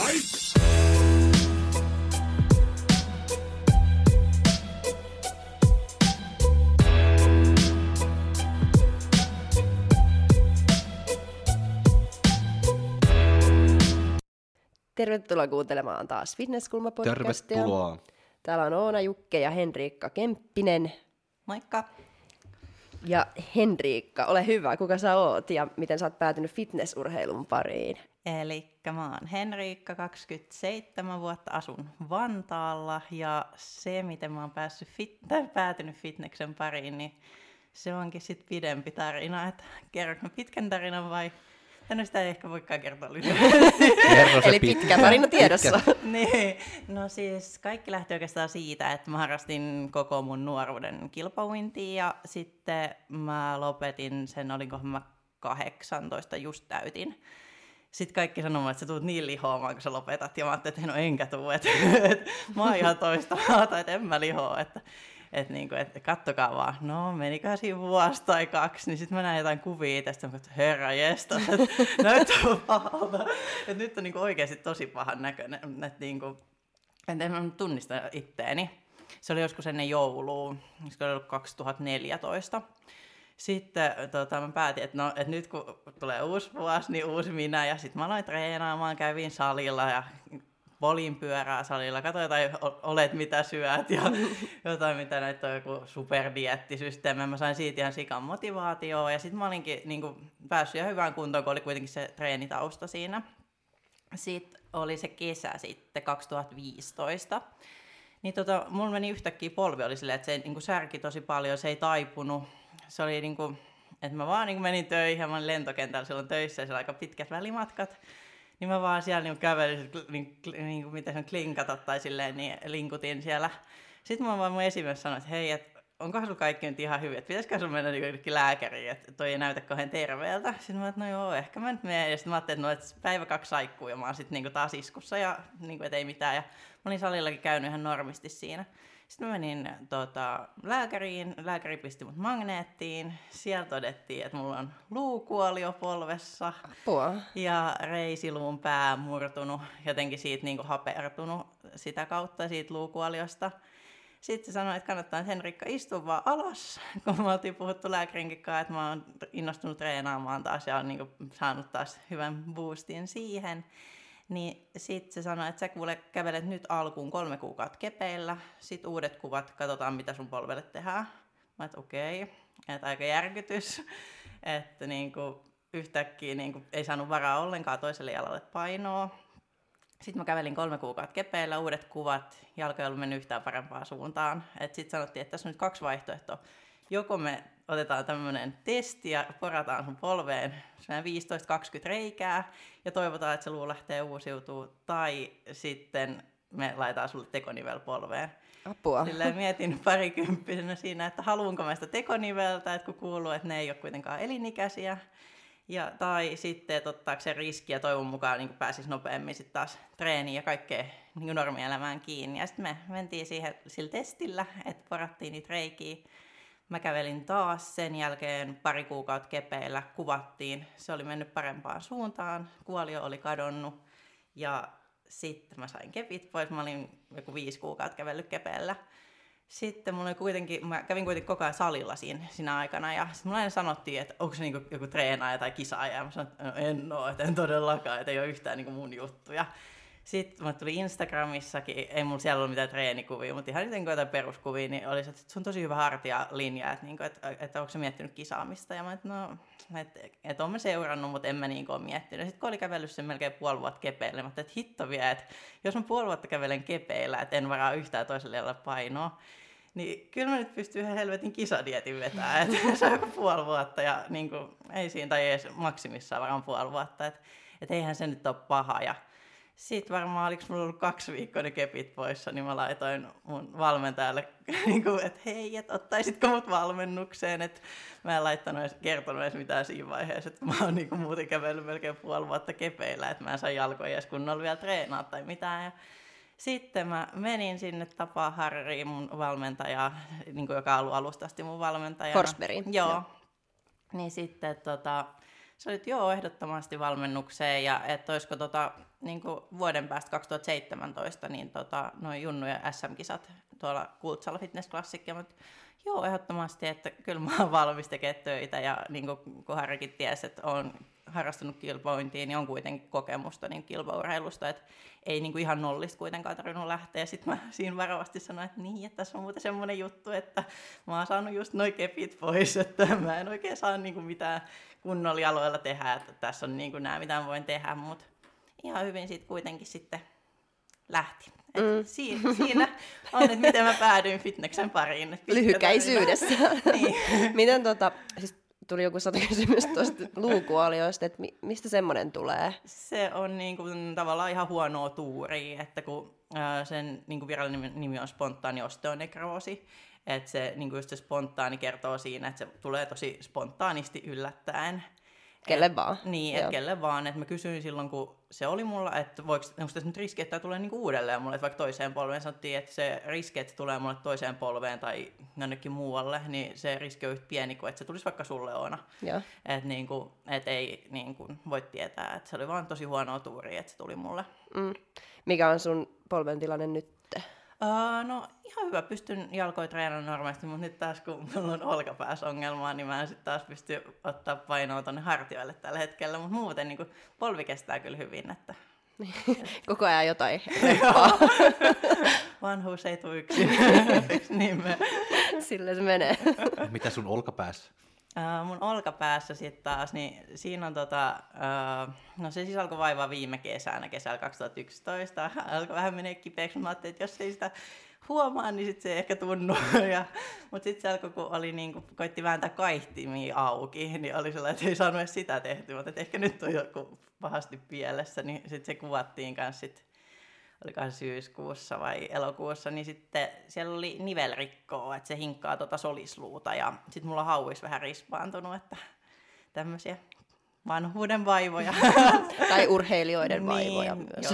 Tervetuloa kuuntelemaan taas Fitnesskulma-podcastia. Tervetuloa. Täällä on Oona, Jukke ja Henriikka Kemppinen. Moikka! Ja Henriikka, ole hyvä, kuka sä oot ja miten sä oot päätynyt fitnessurheilun pariin? Elikkä mä oon Henriikka, 27 vuotta, asun Vantaalla ja se, miten mä oon päätynyt fitneksen pariin, niin se onkin sit pidempi tarina. Että kerronko pitkän tarinan vai? No sitä ei ehkä voikaan kertoa lyhyesti. Eli pitkä tarina tiedossa. Niin, no siis kaikki lähti oikeastaan siitä, että mä harrastin koko mun nuoruuden kilpauintia ja sitten mä lopetin sen, olinko mä 18, just täytin. Sitten kaikki sanoivat, että sä tulet niin lihoamaan, kun sä lopetat. Ja mä ajattelin, että no enkä tuu, että mä oon ihan toista maata, että en mä lihoa. Että kattokaa vaan, no meniköhän siinä vuosi tai 2, niin sitten mä näin jotain kuvia tästä, että herra jestas, että näyttää pahalta. Että nyt on niinku oikeasti tosi pahan näköinen, että niinku, en tunnista itteeni. Se oli joskus ennen joulua, se oli ollut 2014. Sitten mä päätin, että nyt kun tulee uusi vuosi, niin uusi minä, ja sitten mä aloin treenaamaan, kävin salilla ja polin pyörää salilla, katsoin jotain olet mitä syöt ja jotain mitä näitä on joku superdiettisysteemi. Mä sain siitä ihan sikan motivaatioon ja sitten mä olinkin niinku päässyt ihan hyvään kuntoon, kun oli kuitenkin se treenitausta siinä. Sitten oli se kesä sitten 2015. Niin mulla meni yhtäkkiä polvi oli silleen, että se niinku särki tosi paljon, se ei taipunut. Se oli niinku, että mä vaan niinku menin töihin ja mä olin lentokentällä silloin töissä ja siellä aika pitkät välimatkat. Niin mä vaan siellä niin kävelin, niin miten se on klinkata tai silleen, niin linkutin siellä. Sitten mä vaan mun esimies sanoin, että hei, onkohan sulla kaikki nyt ihan hyvin, että pitäisikö sun mennä niin lääkäriin, että toi ei näytä kauhean terveeltä. Sitten mä että no joo, ehkä mä nyt menen. Ja sitten mä ajattelin, että päivä 2 saikkuu ja mä oon sitten niin taas iskussa ja niin kuin, et ei mitään. Ja mä olin salillakin käynyt ihan normisti siinä. Sitten mä menin lääkäriin, lääkäri pisti mut magneettiin, siellä todettiin, että mulla on luukuolio polvessa. Apua. Ja reisiluun pää murtunut, jotenkin siitä niin kuin hapertunut sitä kautta siitä luukuoliosta. Sitten se sanoi, että kannattaa Henriikka istua vaan alas, kun me oltiin puhuttu lääkärinkin kanssa, että mä oon innostunut treenaamaan taas ja oon niin kuin saanut taas hyvän boostin siihen. Niin sitten se sanoi, että sä kuule kävelet nyt alkuun 3 kuukautta kepeillä, sitten uudet kuvat, katsotaan mitä sun polvelle tehdään. Mä että okei, että aika järkytys, että niinku yhtäkkiä niinku ei saanut varaa ollenkaan toiselle jalalle painoa. Sitten mä kävelin 3 kuukautta kepeillä, uudet kuvat, jalka ei ollut mennyt yhtään parempaan suuntaan. Sitten sanottiin, että tässä on nyt 2 vaihtoehtoa. Joko me otetaan tämmöinen testi ja porataan sun polveen 15-20 reikää ja toivotaan, että se luu lähtee uusiutumaan. Tai sitten me laitetaan sulle tekonivel polveen. Apua. Silleen mietin parikymppisenä siinä, että haluanko mä sitä tekoniveltä, että kun kuuluu, että ne ei ole kuitenkaan elinikäisiä. Ja, tai sitten, että ottaako se riski ja toivon mukaan niin pääsisi nopeammin sitten taas treeniin ja kaikkeen niin normielämään kiinni. Ja sitten me mentiin sillä testillä, että porattiin niitä reikiä. Mä kävelin taas sen jälkeen 2 kuukautta kepeillä, kuvattiin. Se oli mennyt parempaan suuntaan, kuolio oli kadonnut ja sitten mä sain kepit pois. Mä olin joku 5 kuukautta kävellyt kepeillä. Sitten mä kävin kuitenkin koko ajan salilla siinä aikana ja sitten mulla aina sanottiin, että onko se niinku joku treenaaja tai kisaaja. Ja mä sanoin, että no en oo, että en todellakaan, että ei ole yhtään niinku mun juttuja. Sitten mulle tuli Instagramissakin, ei mulla siellä ollut mitään treenikuvia, mutta ihan jotenkin jotain peruskuvia, niin oli se, että se on tosi hyvä hartialinja, että onko se miettinyt kisaamista. Ja mä että oon mä seurannut, mutta en mä niin ole miettinyt. Sitten kun oli kävellyt sen melkein puoli vuotta kepeillä, mä että hitto vielä, että jos mä puoli vuotta kävelen kepeillä, että en varaa yhtään toiselle jalalla painoa, niin kyllä mä nyt pystyn yhden helvetin kisadietin vetämään, että se on joku puoli vuotta ja niin kuin, ei siinä tai edes maksimissaan varmaan puoli vuotta, että eihän se nyt ole paha. Ja sitten varmaan oliko mulla ollut 2 viikkoa ne kepit poissa, niin mä laitoin mun valmentajalle, että hei, että ottaisitko mut valmennukseen, että mä en kertonut edes mitään siinä vaiheessa, että mä oon muuten kävellyt melkein puoli vuotta kepeillä, että mä en saa jalkoja edes kunnolla vielä treenaa tai mitään. Ja sitten mä menin sinne tapaa Harriin, mun valmentajaa, joka on ollut alusta asti mun valmentajana. Forsberg. Joo. Niin sitten Se oli, että joo, ehdottomasti valmennukseen ja että olisiko niin vuoden päästä 2017 niin noin Junnu ja SM-kisat tuolla Kultsalla Fitness Classicia, mutta joo, ehdottomasti, että kyllä mä oon valmis tekemään töitä ja niin kuin Harrikin tiesi, että oon harrastanut kilpavointia, niin on kuitenkin kokemusta niin kilpaurheilusta, että ei niin kuin ihan nollista kuitenkaan tarvinnut lähteä. Sitten mä siinä varovasti sanoin, että niin, että tässä on muuten semmoinen juttu, että mä oon saanut just noi kepit pois, että mä en oikein saa niin kuin mitään kunnolla jaloilla tehdä, että tässä on niin kuin nämä, mitä mä voin tehdä, mutta ihan hyvin sitten kuitenkin sitten lähti. Siinä on, että miten mä päädyin fitneksen pariin. Lyhykäisyydessä. Niin. Miten siis tuli joku 100 kysymys tuosta luukuolioista, että mistä semmoinen tulee? Se on niin kuin tavallaan ihan huonoa tuuria, että kun sen niin kuin virallinen nimi on spontaani osteonekroosi, että se, niin kuin just se spontaani kertoo siinä, että se tulee tosi spontaanisti yllättäen. Kelle vaan. Niin, että kelle vaan. Et mä kysyin silloin, kun se oli mulla, että onko tässä nyt riski, että tämä tulee niinku uudelleen mulle, että vaikka toiseen polveen sanottiin, että se riski, että se tulee mulle toiseen polveen tai jonnekin muualle, niin se riski on yhtä pieni kuin, että se tulisi vaikka sulle Oona. Että niinku, et ei niinku voi tietää, että se oli vaan tosi huonoa tuuria, että se tuli mulle. Mikä on sun polven tilanne nyt? No ihan hyvä, pystyn jalkoja treenaamaan normaalisti, mutta nyt taas kun mulla on olkapäässä ongelmaa, niin mä en sitten taas pysty ottaa painoa tonne hartioille tällä hetkellä, mutta muuten niin polvi kestää kyllä hyvin. Että koko ajan jotain. Vanhuus ei tule yksin. Sillä se menee. Mitä sun olkapäässä? Mun olkapäässä sitten taas, niin siinä on no se siis alkoi vaivaa viime kesänä, kesällä 2011. Alkoi vähän menee kipeäksi, mutta ajattelin, että jos ei sitä huomaa, niin sitten se ei ehkä tunnu. Mutta sitten se alkoi, kun oli koitti vääntää kaihtimia auki, niin oli sellainen, että ei saanut edes sitä tehtyä, mutta ehkä nyt on joku pahasti pielessä, niin sitten se kuvattiin kanssa sitten. Olikohan syyskuussa vai elokuussa, niin sitten siellä oli nivelrikkoa, että se hinkkaa solisluuta ja sitten mulla on hauis vähän rispaantunut, että tämmöisiä vanhuuden vaivoja. Tai urheilijoiden vaivoja myös.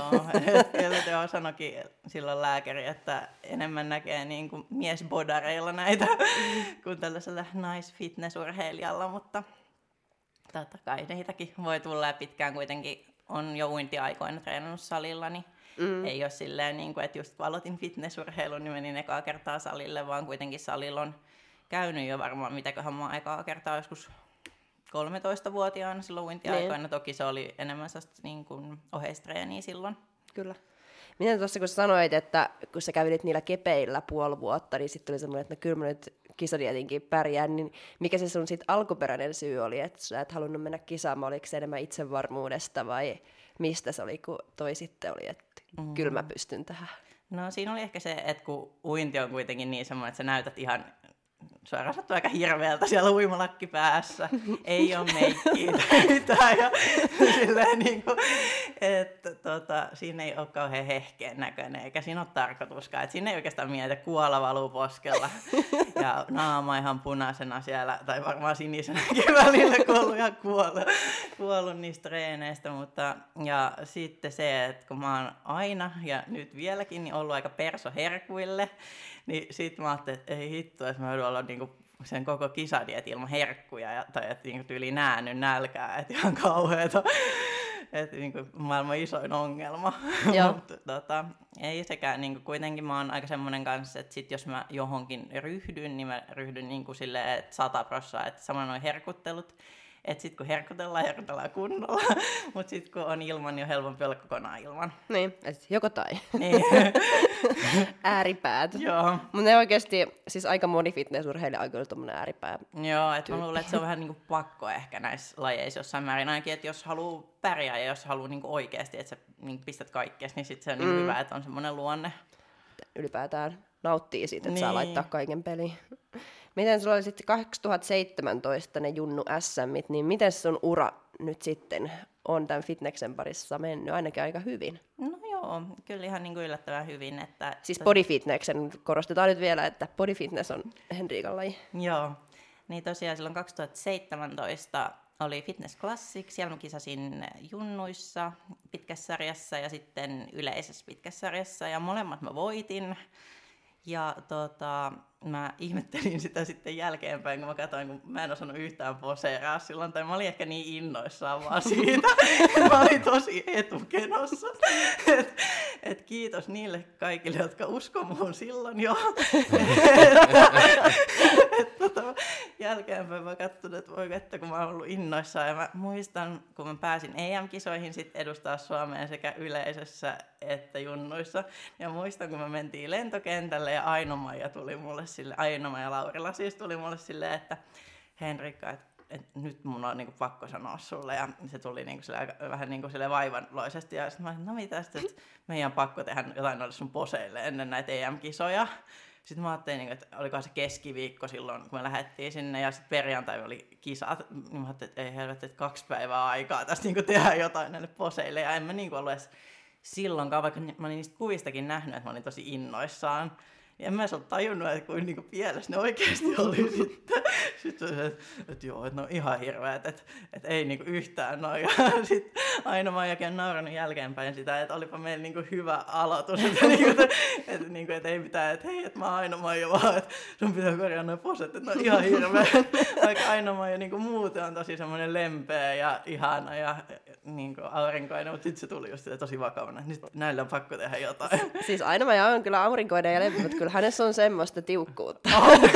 Joo, sanoikin silloin lääkäri, että enemmän näkee niin kuin miesbodareilla näitä kuin tällaisella naisfitnessurheilijalla, mutta totta kai niitäkin voi tulla ja pitkään kuitenkin on jo uintiaikoina treenannut salilla, niin ei ole silleen, niin kuin, että just kun aloitin fitnessurheilun, niin menin ekaa kertaa salille, vaan kuitenkin salilla on käynyt jo varmaan, mitäköhän mä ekaa kertaa joskus 13-vuotiaana silloin uintiaikoina. Toki se oli enemmän niin kuin oheistreeniä silloin. Kyllä. Miten tuossa kun sanoit, että kun sä kävelit niillä kepeillä puoli vuotta, niin sitten tuli semmoinen, että no kyllä mä nyt kisadietinkin pärjään, niin mikä se sun sit alkuperäinen syy oli, että sä et halunnut mennä kisaamaan, oliko se enemmän itsevarmuudesta vai mistä se oli, kun toi sitten oli, että kyllä mä pystyn tähän? No siinä oli ehkä se, että kun uinti on kuitenkin niin semmoinen, että sä näytät ihan suoraan sanottuna aika hirveältä siellä uimalakki päässä. Ei ole meikkiä tai mitään. Ja silleen niin kuin, että siinä ei ole kauhean hehkeen näköinen, eikä siinä ole tarkoituskaan. Että siinä ei oikeastaan mietitä, kuola valuu poskella ja naama ihan punaisena siellä, tai varmaan sinisenäkin välillä, kun on ollut ihan kuollut niistä treeneistä. Mutta, ja sitten se, että kun mä oon aina ja nyt vieläkin niin ollut aika persoherkuille, niin sitten mä ajattelin, että ei hitto, että mä joudun olla niinku sen koko kisadiet ilman herkkuja, tai että niinku tyyliin näännyt nälkää, että ihan kauheeta. Että niinku maailman isoin ongelma. Mutta ei sekään, niinku kuitenkin mä oon aika semmoinen kanssa, että sit jos mä johonkin ryhdyn, niin mä ryhdyn niinku silleen, että 100%, että samoin noin herkuttelut. Että sitten kun herkutellaan kunnolla, mutta sitten kun on ilman, niin on helpompi olla kokonaan ilman. Niin, että joko tai. Niin. Ääripäät. Joo. Mutta ne oikeasti, siis aika moni fitnessurheilija on kyllä tommonen ääripää. Joo, että mä luulen, että se on vähän niinku pakko ehkä näissä lajeissa jossain määrin. Ainakin, että jos haluaa pärjää ja jos haluaa niinku oikeasti, että sä niinku pistät kaikkea, niin sitten se on niinku hyvä, että on semmoinen luonne. Ylipäätään nauttii siitä, että saa laittaa kaiken peliin. Miten sulla oli sitten 2017 ne Junnu SM:t, niin miten sun ura nyt sitten on tämän fitneksen parissa mennyt ainakin aika hyvin? No joo, kyllä ihan niin kuin yllättävän hyvin. Että siis bodyfitneksen, korostetaan nyt vielä, että bodyfitness on Henriikan laji. Joo, niin tosiaan silloin 2017 oli Fitness Classic, siellä mä kisasin junnuissa pitkässä sarjassa ja sitten yleisessä pitkässä sarjassa ja molemmat mä voitin. Ja mä ihmettelin sitä sitten jälkeenpäin, kun mä katsoin, kun mä en osannut yhtään poseeraa silloin, tai mä olin ehkä niin innoissaan vaan siitä, mä olin tosi etukenossa. Et kiitos niille kaikille, jotka usko muun silloin jo. Jälkeenpäin mä katsoin, että voi että kun mä oon ollut innoissaan, ja mä muistan, kun mä pääsin EM-kisoihin sit edustaa Suomea sekä yleisössä että junnuissa, ja muistan, kun me mentiin lentokentälle, ja Aino-Maija ja Laurila siis tuli mulle silleen, että Henrikka, että nyt mun on niinku pakko sanoa sulle, ja se tuli niinku vähän niinku vaivanloisesti, ja sitten mä sanoin, no mitä sitten, että meidän on pakko tehdä jotain noille sun poseille ennen näitä EM-kisoja. Sitten mä ajattelin, että olikohan se keskiviikko silloin, kun me lähdettiin sinne, ja sitten perjantai oli kisat. Mä ajattelin, että ei helvetti, että 2 päivää aikaa tästä niin tehdä jotain näille poseille. Ja en mä niin ollut edes silloinkaan, vaikka mä olin niistä kuvistakin nähnyt, että mä olin tosi innoissaan. Ja en mä edes ole tajunnut, että kuin niinku pielessä ne oikeasti oli sitten. Sitten se, että joo, että ne on ihan hirveät, että ei niinku yhtään noin. Ja sitten Aino-Maijakin on naurannut jälkeenpäin sitä, että olipa meillä niinku hyvä aloitus. Että ei mitään, että hei, että mä oon Aino-Maija vaan, että sun pitää korjaa noin poset, että ne on ihan hirveät. Vaikka Aino-Maija niinku muuten on tosi semmoinen lempeä ja ihana ja niinku aurinkoinen, mutta sitten se tuli just tosi vakavana. Nyt näillä on pakko tehdä jotain. Siis Aino-Maija on kyllä aurinkoinen ja lempeä, mutta kyllä hänessä on semmoista tiukkuutta.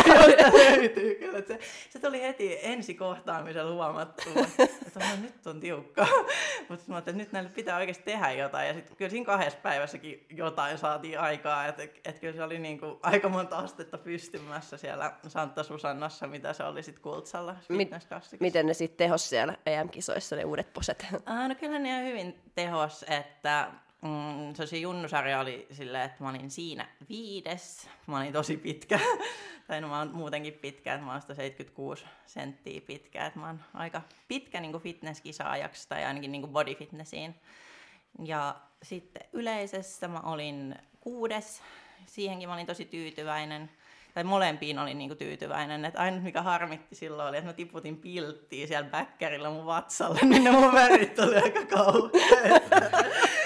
Löytyy kyllä. Se tuli heti ensikohtaamisella huomattua, että nyt on tiukka. Mutta mä ajattelin, että nyt näille pitää oikeasti tehdä jotain. Ja sitten kyllä siinä 2 päivässäkin jotain saatiin aikaa. Että kyllä se oli niinku aika monta astetta pystymässä siellä Santa Susannassa, mitä se oli sitten Kultsalla. Miten ne sitten tehos siellä EM-kisoissa, ne uudet poset? No kyllä ne ihan hyvin tehos, että se junnusarja oli silleen, että mä olin siinä 5. Mä olin tosi pitkä. Tai no mä oon muutenkin pitkä, että mä oon 176 senttiä pitkä. Että mä oon aika pitkä niin kuin fitnesskisa-ajaksi tai ainakin niin kuin body fitnessiin. Ja sitten yleisessä mä olin 6. Siihenkin mä olin tosi tyytyväinen. Tai molempiin olin niinku tyytyväinen. Että ainut mikä harmitti silloin oli, että mä tiputin pilttiä siellä bäkkärillä mun vatsalle, niin ne mun värit oli aika kauheita.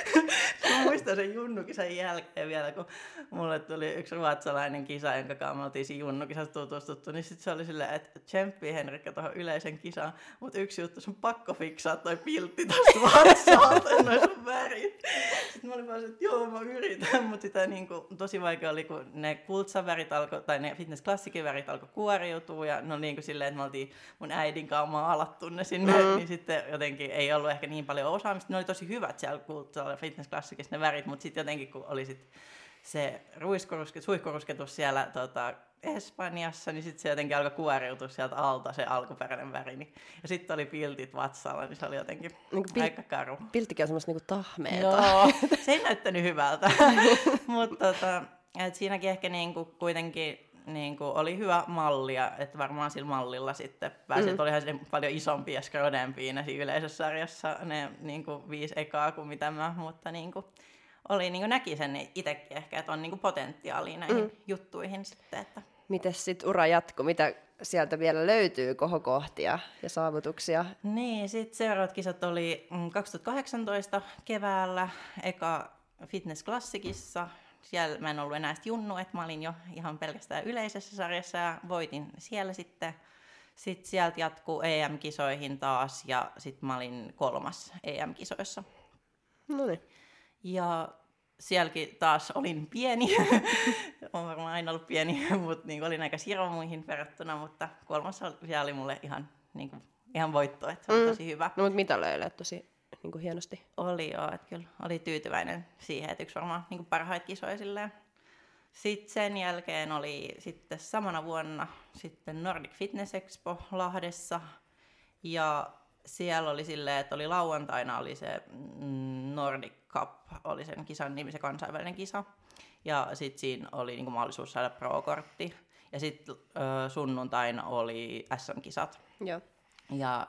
Mä muistan sen junnukisan jälkeen vielä, kun mulle tuli yksi ruotsalainen kisa, jonka kanssa me oltiin siinä junnukisassa tutustuttu, niin sit se oli silleen, että tsemppii Henrikka tuohon yleisen kisaan, mutta yksi juttu, sun pakko fiksaa toi piltti tosta vatsalta, noin sun värit. Sitten mä olin vaan että joo, mä yritän, mutta sitä niinku, tosi vaikea oli, kun ne kultsavärit alkoi, tai ne fitness-klassikin värit alkoi kuoriutua, ja no niinku silleen, että me oltiin mun äidin kanssa maalattu ne sinne, niin sitten jotenkin ei ollut ehkä niin paljon osaamista. Ne oli tosi hyvät siellä kultsalla fitness-klassikissa ne värit, mutta sitten jotenkin kun oli sit se suihkurusketus siellä Espanjassa, niin sitten se jotenkin alkoi kuoriutua sieltä alta se alkuperäinen väri. Ja sitten oli piltit vatsalla, niin se oli jotenkin aika karu. Pilttikin on semmoista niinku tahmeeta. Joo, se ei näyttänyt hyvältä. Mutta siinäkin ehkä niinku kuitenkin niinku oli hyvä malli, että varmaan sillä mallilla sitten pääsi, että olihan se paljon isompia ja skrodempia siinä yleisössä sarjassa ne niinku 5 ekaa kuin mitä mä, mutta niinku oli niinku näki sen itsekin ehkä, että on niinku potentiaalia näihin juttuihin sitten. Että. Mites sitten ura jatkuu? Mitä sieltä vielä löytyy kohokohtia ja saavutuksia? Niin, sitten seuraavat kisat oli 2018 keväällä eka fitnessklassikissa. Siellä mä en ollut enää junnu, että mä olin jo ihan pelkästään yleisessä sarjassa ja voitin siellä sitten. Sitten sieltä jatkuu EM-kisoihin taas ja sitten mä olin 3. EM-kisoissa. Noniin. Ja sielläkin taas olin pieni. Olen varmaan aina ollut pieni, mutta niin olin aika siro muihin verrattuna, mutta 3. siellä oli mulle ihan voitto, että se oli tosi hyvä. No mutta mitaleille tosi niin hienosti. Oli joo, että kyllä oli tyytyväinen siihen, että yksi varmaan niin parhaita kisoja silleen. Sitten sen jälkeen oli sitten samana vuonna sitten Nordic Fitness Expo Lahdessa ja siellä oli silleen, että oli lauantaina oli se Nordic Cup, oli sen kisan nimi, se kansainvälinen kisa. Ja sitten siinä oli niinku mahdollisuus saada pro-kortti. Ja sitten sunnuntaina oli SM-kisat. Joo. Ja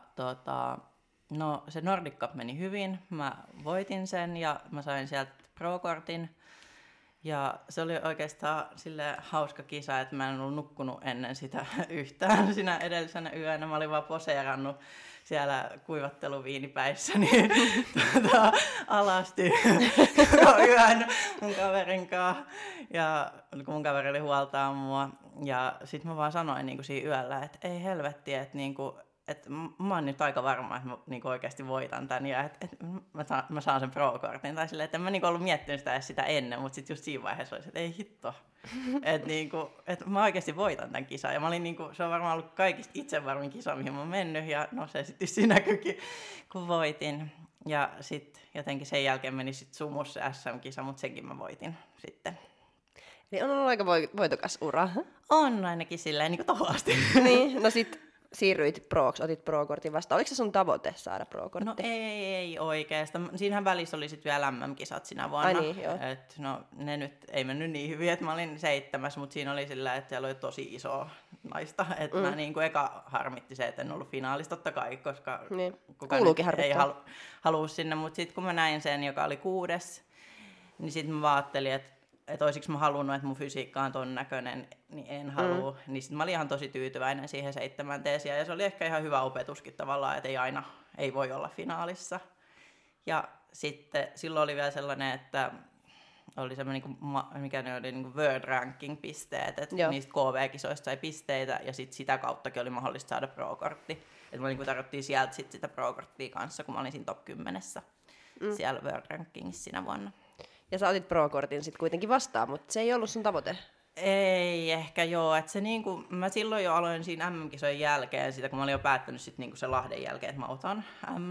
no se Nordic Cup meni hyvin. Mä voitin sen ja mä sain sieltä pro-kortin. Ja se oli oikeastaan silleen hauska kisa, että mä en ollut nukkunut ennen sitä yhtään siinä edellisenä yönä. Mä olin vaan poseerannut siellä kuivatteluviinipäissä, niin alasti yön mun kaverin kanssa. Ja kun mun kaveri oli huoltaa mua. Ja sitten mä vaan sanoin niinku siinä yöllä, että ei helvetti, että niinku, mä oon nyt aika varma, että mä niinku oikeasti voitan tän ja että mä saan sen pro-kortin. Tai silleen, että en mä niinku ollut miettinyt sitä ennen, mutta sitten just siinä vaiheessa olisi, että ei hitto. Että niinku, mä oikeasti voitan tämän kisan. Ja mä olin niinku, se on varmaan ollut kaikista itsevarmin kisa, mihin mä oon mennyt. Ja no se sitten siinä näkyykin, kun voitin. Ja sitten jotenkin sen jälkeen meni sitten sumus se SM-kisa, mutta senkin mä voitin sitten. Eli on ollut aika voitokas ura. On ainakin silleen niin kuin tohon asti. Niin, no sit siirryit proksi, otit pro-kortin vastaan. Oliko se sun tavoite saada pro-kortti? No ei oikeastaan. Siinähän välissä oli sitten vielä MM-kisat sinä vuonna. Ai niin, joo. Et no ne nyt ei mennyt niin hyvin, että mä olin 7, mutta siinä oli sillä, että siellä oli tosi iso naista. Että mä niinku eka harmitti se, että en ollut finaalissa totta kai, koska niin. kukaan ei halua sinne. Mutta sitten kun mä näin sen, joka oli 6, niin sitten mä ajattelin, että olisiko mä halunnut, että mun fysiikka on ton näköinen, niin en halua. Niin sit mä olin ihan tosi tyytyväinen siihen 7 teesiä. Ja se oli ehkä ihan hyvä opetuskin tavallaan, että ei voi olla finaalissa. Ja sitten silloin oli vielä sellainen, että oli semmoinen, mikä ne oli, niin World Ranking-pisteet. Että niistä KV-kisoista sai pisteitä ja sit sitä kauttakin oli mahdollista saada pro-kortti. Että me niin tarvittiin sieltä sit sitä pro-korttia kanssa, kun mä olin siinä top 10 siellä World Rankingissa siinä vuonna. Ja sä otit pro-kortin sitten kuitenkin vastaan, mutta se ei ollut sun tavoite. Ei ehkä joo, että se niinku, mä silloin jo aloin siinä MM-kisojen jälkeen, sitä kun mä olin jo päättänyt sit niinku se Lahden jälkeen, että mä otan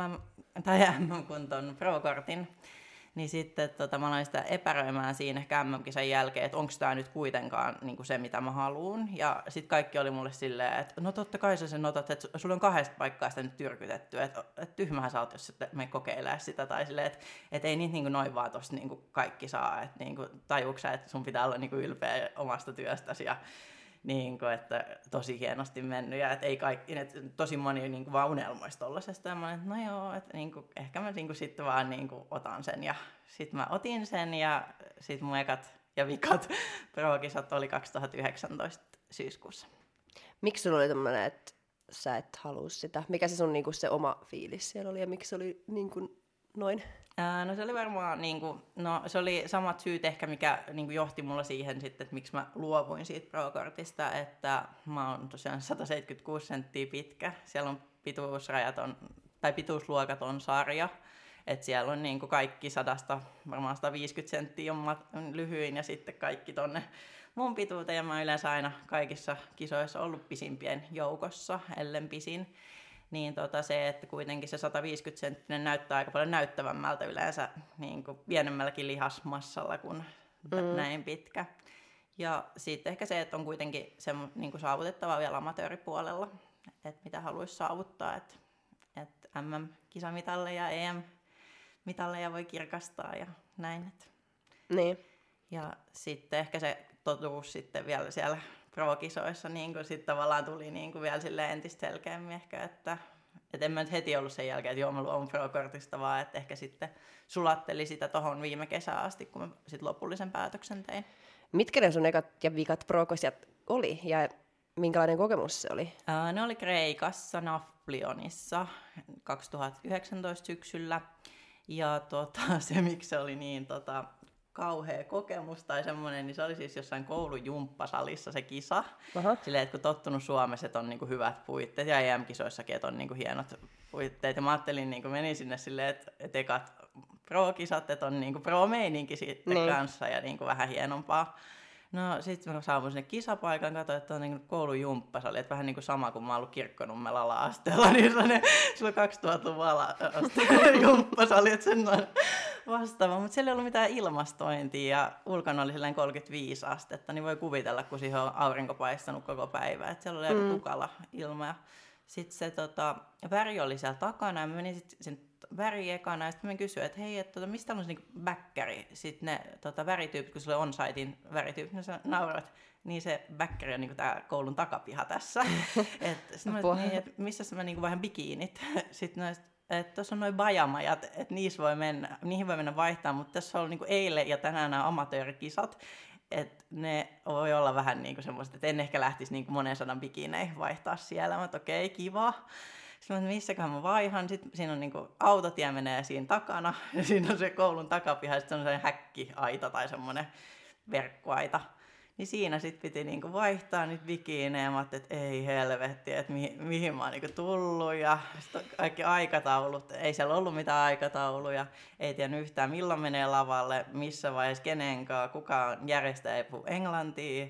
MM-kunton pro-kortin, niin sitten mä aloin sitä epäröimään siinä ehkä MM-kisan jälkeen, että onko tämä nyt kuitenkaan niinku se, mitä mä haluun. Ja sitten kaikki oli mulle silleen, että no totta kai sä sen otat, että sulla on 2 paikkaa sitä nyt tyrkytetty, että tyhmähän sä oot, jos me kokeilee sitä. Tai silleen, että ei niitä niinku noin vaan tosta niinku kaikki saa, että niinku, tajuuko sä, että sun pitää olla niinku ylpeä omasta työstäsi ja niin kuin, että tosi hienosti mennyt ja että ei kaikki, että tosi moni niin kuin vaan unelmoisi tollasesta ja mä olin, että no joo, että niin kuin, ehkä mä niin kuin sitten vaan niin kuin otan sen ja sitten mä otin sen ja sitten mun ekat ja vikat pro-kisat oli 2019 syyskuussa. Miksi sulla oli tämmöinen, että sä et halua sitä? Mikä se sun niin kuin se oma fiilis siellä oli ja miksi se oli niin kuin noin? No se oli varmaan, se oli samat syyt ehkä, mikä johti mulla siihen sitten, että miksi mä luovuin siitä pro-kortista, että mä oon tosiaan 176 senttiä pitkä, siellä on pituusluokat on sarja, että siellä on kaikki 100, varmaan 150 senttiä on lyhyin ja sitten kaikki tonne mun pituuteen ja mä oon yleensä aina kaikissa kisoissa ollut pisimpien joukossa, ellen pisin. Niin se, että kuitenkin se 150-senttinen näyttää aika paljon näyttävämmältä yleensä niin kuin pienemmälläkin lihasmassalla kuin näin pitkä. Ja sitten ehkä se, että on kuitenkin se niin kuin saavutettava vielä amatööripuolella, että mitä haluaisi saavuttaa, että MM-kisamitalleja, EM-mitalleja voi kirkastaa ja näin. Että. Niin. Ja sitten ehkä se totuus sitten vielä siellä pro-kisoissa niin kuin sitten tavallaan tuli niin kuin vielä silleen entistä selkeämmin ehkä, että en mä nyt heti ollut sen jälkeen, että joo mä luovun pro-kortista, vaan että ehkä sitten sulatteli sitä tohon viime kesään asti, kun mä sitten lopullisen päätöksen tein. Mitkä ne sun ekat ja vikat pro-kosijat oli ja minkälainen kokemus se oli? Ne oli Kreikassa, Nafplionissa 2019 syksyllä ja se miksi se oli niin kauhea kokemus tai semmoinen, niin se oli siis jossain koulun jumppasalissa se kisa. Silleen, että kun tottunut Suomessa, että on niinku hyvät puitteet ja EM-kisoissakin, että on niinku hienot puitteet. Ja mä ajattelin, niin menin sinne silleen, että ekat pro-kisat, että on niinku pro-meininki sitten kanssa ja niinku vähän hienompaa. No sitten mä saavun sinne kisapaikan, katsoin, että on niinku koulun jumppasali, että vähän niinku sama kuin mä oon ollut Kirkkonummella ala-asteella, niin se on 2000-luvun ala-asteella jumppasali, että sen on vastaava. Mutta siellä ei ollut mitään ilmastointia ja ulkona oli 35 astetta, niin voi kuvitella, kun siihen on aurinko paistanut koko päivä, että siellä oli aika tukala ilma. Ja sitten se väri oli siellä takana ja mä menin sitten sen väri ekana ja sitten mä kysyin, että hei, että mistä on se niinku bäkkäri? Sitten ne värityypit, kun sulle on-sitein värityypit, niin sä nauroit, niin se bäkkäri on niinku tää koulun takapiha tässä. Sitten mä olin, että missä mä niinku vähän bikiinit? Sitten että tuossa on noin bajamajat, että niihin voi mennä vaihtaa, mutta tässä on ollut niinku eilen ja tänään nämä amatöörikisat, että ne voi olla vähän niinku semmoista, että en ehkä lähtisi niinku monen sadan bikineihin vaihtaa siellä, mutta okei, kiva. Sitten missäköhän mä vaihan, sitten siinä on niinku autotie menee siinä takana, ja siinä on se koulun takapiha, ja sitten on se häkkiaita tai semmoinen verkkoaita. Niin siinä sitten piti niinku vaihtaa niitä bikinejä. Mä ajattelin, että ei helvetti, että mihin mä oon niinku tullut. Ja kaikki aikataulut, ei siellä ollut mitään aikatauluja. Ei tiennyt yhtään milloin menee lavalle, missä vaiheessa kenenkaan, kuka järjestää ei puhu englantia.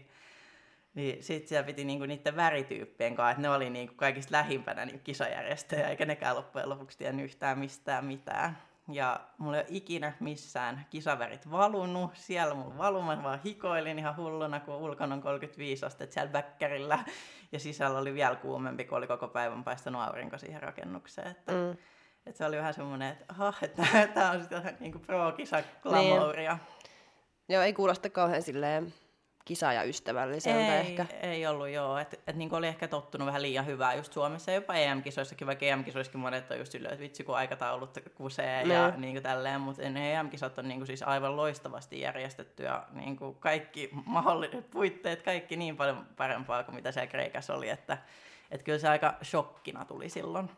Niin sitten siellä piti niinku niiden värityyppien kanssa, että ne oli niinku kaikista lähimpänä niinku kisajärjestäjä, eikä nekään loppujen lopuksi tiennyt yhtään mistään mitään. Ja mulla ei ole ikinä missään kisavärit valunut. Siellä mulla valuma, vaan hikoilin ihan hulluna, kun ulkona on 35 astetta siellä väkkärillä. Ja sisällä oli vielä kuumempi, kun oli koko päivän paistanut aurinko siihen rakennukseen. Että se oli vähän semmoinen, että tämä on sitä niinku pro-kisa-glamouria. Niin. Joo, ei kuulosta kauhean silleen kisaajaystävälliseltä ehkä. Ei ollut joo, että niinku oli ehkä tottunut vähän liian hyvää just Suomessa, jopa EM-kisoissakin, vaikka EM-kisoissakin monet on just silleen, että vitsi kun aikataulut kusee ja niinku tälleen, mutta ne EM-kisat on niinku siis aivan loistavasti järjestetty ja niinku kaikki mahdolliset puitteet, kaikki niin paljon parempaa kuin mitä siellä Kreikassa oli, että kyllä se aika shokkina tuli silloin.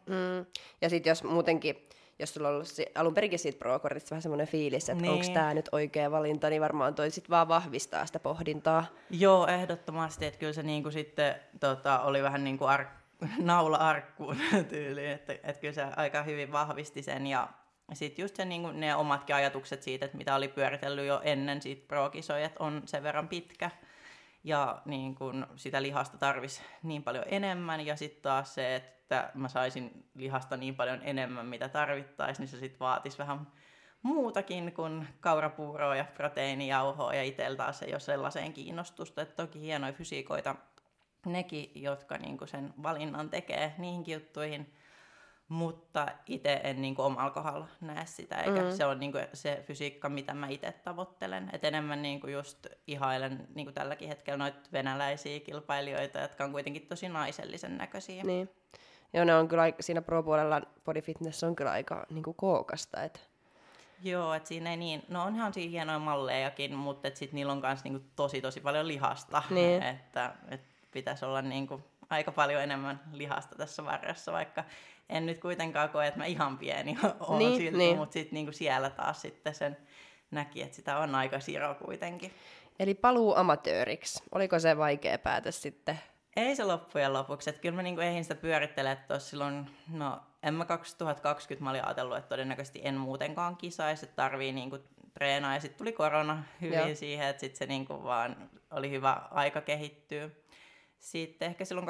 Ja sitten jos muutenkin, jos sulla on ollut alun perinkin siitä pro-kortista vähän semmoinen fiilis, että niin. onko tämä nyt oikea valinta, niin varmaan toi sit vaan vahvistaa sitä pohdintaa. Joo, ehdottomasti, että kyllä se niinku sitten oli vähän niin kuin naula arkkuun tyyliin, että kyllä se aika hyvin vahvisti sen ja sitten just se, niinku, ne omatkin ajatukset siitä, että mitä oli pyöritellyt jo ennen siitä pro-kisoja, että on sen verran pitkä ja niin kun sitä lihasta tarvisi niin paljon enemmän ja sitten taas se, että mä saisin lihasta niin paljon enemmän, mitä tarvittaisiin, niin se sitten vaatisi vähän muutakin kuin kaurapuuroa ja proteiinijauhoa ja itsellä taas ei ole sellaiseen kiinnostusta. Että toki hienoja fysiikoita nekin, jotka niinku sen valinnan tekee niihinkin juttuihin, mutta itse en niinku omalla kohdalla näe sitä, eikä se ole niinku se fysiikka, mitä mä itse tavoittelen. Et enemmän niinku just ihailen niinku tälläkin hetkellä noita venäläisiä kilpailijoita, jotka on kuitenkin tosi naisellisen näköisiä. Niin. Joo, ne on kyllä siinä pro-puolella body fitness on kyllä aika niinku kookasta. Joo, että siinä ei niin, no onhan siinä hienoja mallejakin, mutta sitten niillä on myös niinku tosi paljon lihasta, niin. että pitäisi olla niinku aika paljon enemmän lihasta tässä varressa, vaikka en nyt kuitenkaan koe, että mä ihan pieni olen silti, mutta sitten niinku siellä taas sitten sen näki, että sitä on aika siro kuitenkin. Eli paluu amatööriksi, oliko se vaikea päätös sitten? Ei se loppujen lopuksi, että kyllä mä niinku eihin sitä pyörittele, että silloin, no en mä 2020 mä olin ajatellut, että todennäköisesti en muutenkaan kisaisi, että tarvii niinku treenaa ja sitten tuli korona hyvin siihen, että sitten se niinku vaan oli hyvä aika kehittyä. Sitten ehkä silloin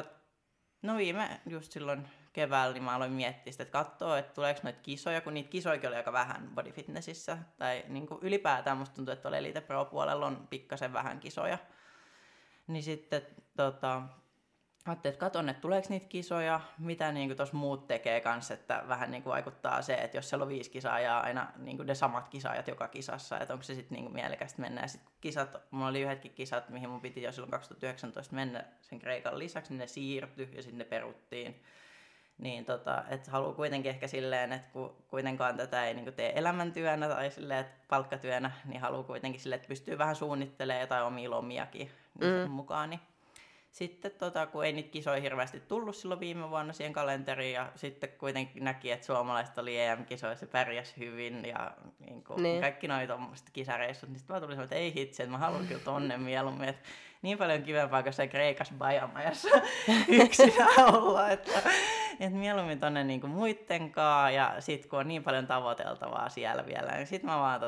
just silloin keväällä, niin mä aloin miettiä sitä, että katsoo, että tuleeko noita kisoja, kun niitä kisoikin oli aika vähän body fitnessissä, tai niinku ylipäätään musta tuntuu, että tuolla Elite Pro-puolella on pikkasen vähän kisoja. Niin sitten ajattelin, että katon, että tuleeko niitä kisoja, mitä niin tuossa muut tekee kanssa, että vähän niin vaikuttaa se, että jos siellä on 5 kisaajaa aina niin ne samat kisaajat joka kisassa, että onko se sitten niin mielekästä mennä. Ja sitten kisat, mulla oli yhdetkin kisat, mihin mun piti jo silloin 2019 mennä sen Kreikan lisäksi, niin ne siirtyi ja sitten ne peruttiin. Niin että haluaa kuitenkin ehkä silleen, että kun kuitenkaan tätä ei niin tee elämäntyönä tai silleen, että palkkatyönä, niin haluaa kuitenkin silleen, että pystyy vähän suunnittelemaan jotain omia lomiakin niin mukaan. Niin. Sitten kun ei niitä kisoja hirveästi tullut silloin viime vuonna siihen kalenteriin ja sitten kuitenkin näki, että suomalaiset oli EM-kisoissa, pärjäs hyvin ja niin kaikki noi tommoset kisareissut, niin sitten mä tulin että ei hitsi, että mä haluan kyllä tonne mieluummin, että niin paljon kivempaa kuin se Kreikassa Bajamajassa yksinä olla, että mieluummin tonne niinku muittenkaan ja sitten kun on niin paljon tavoiteltavaa siellä vielä, niin sitten mä vaan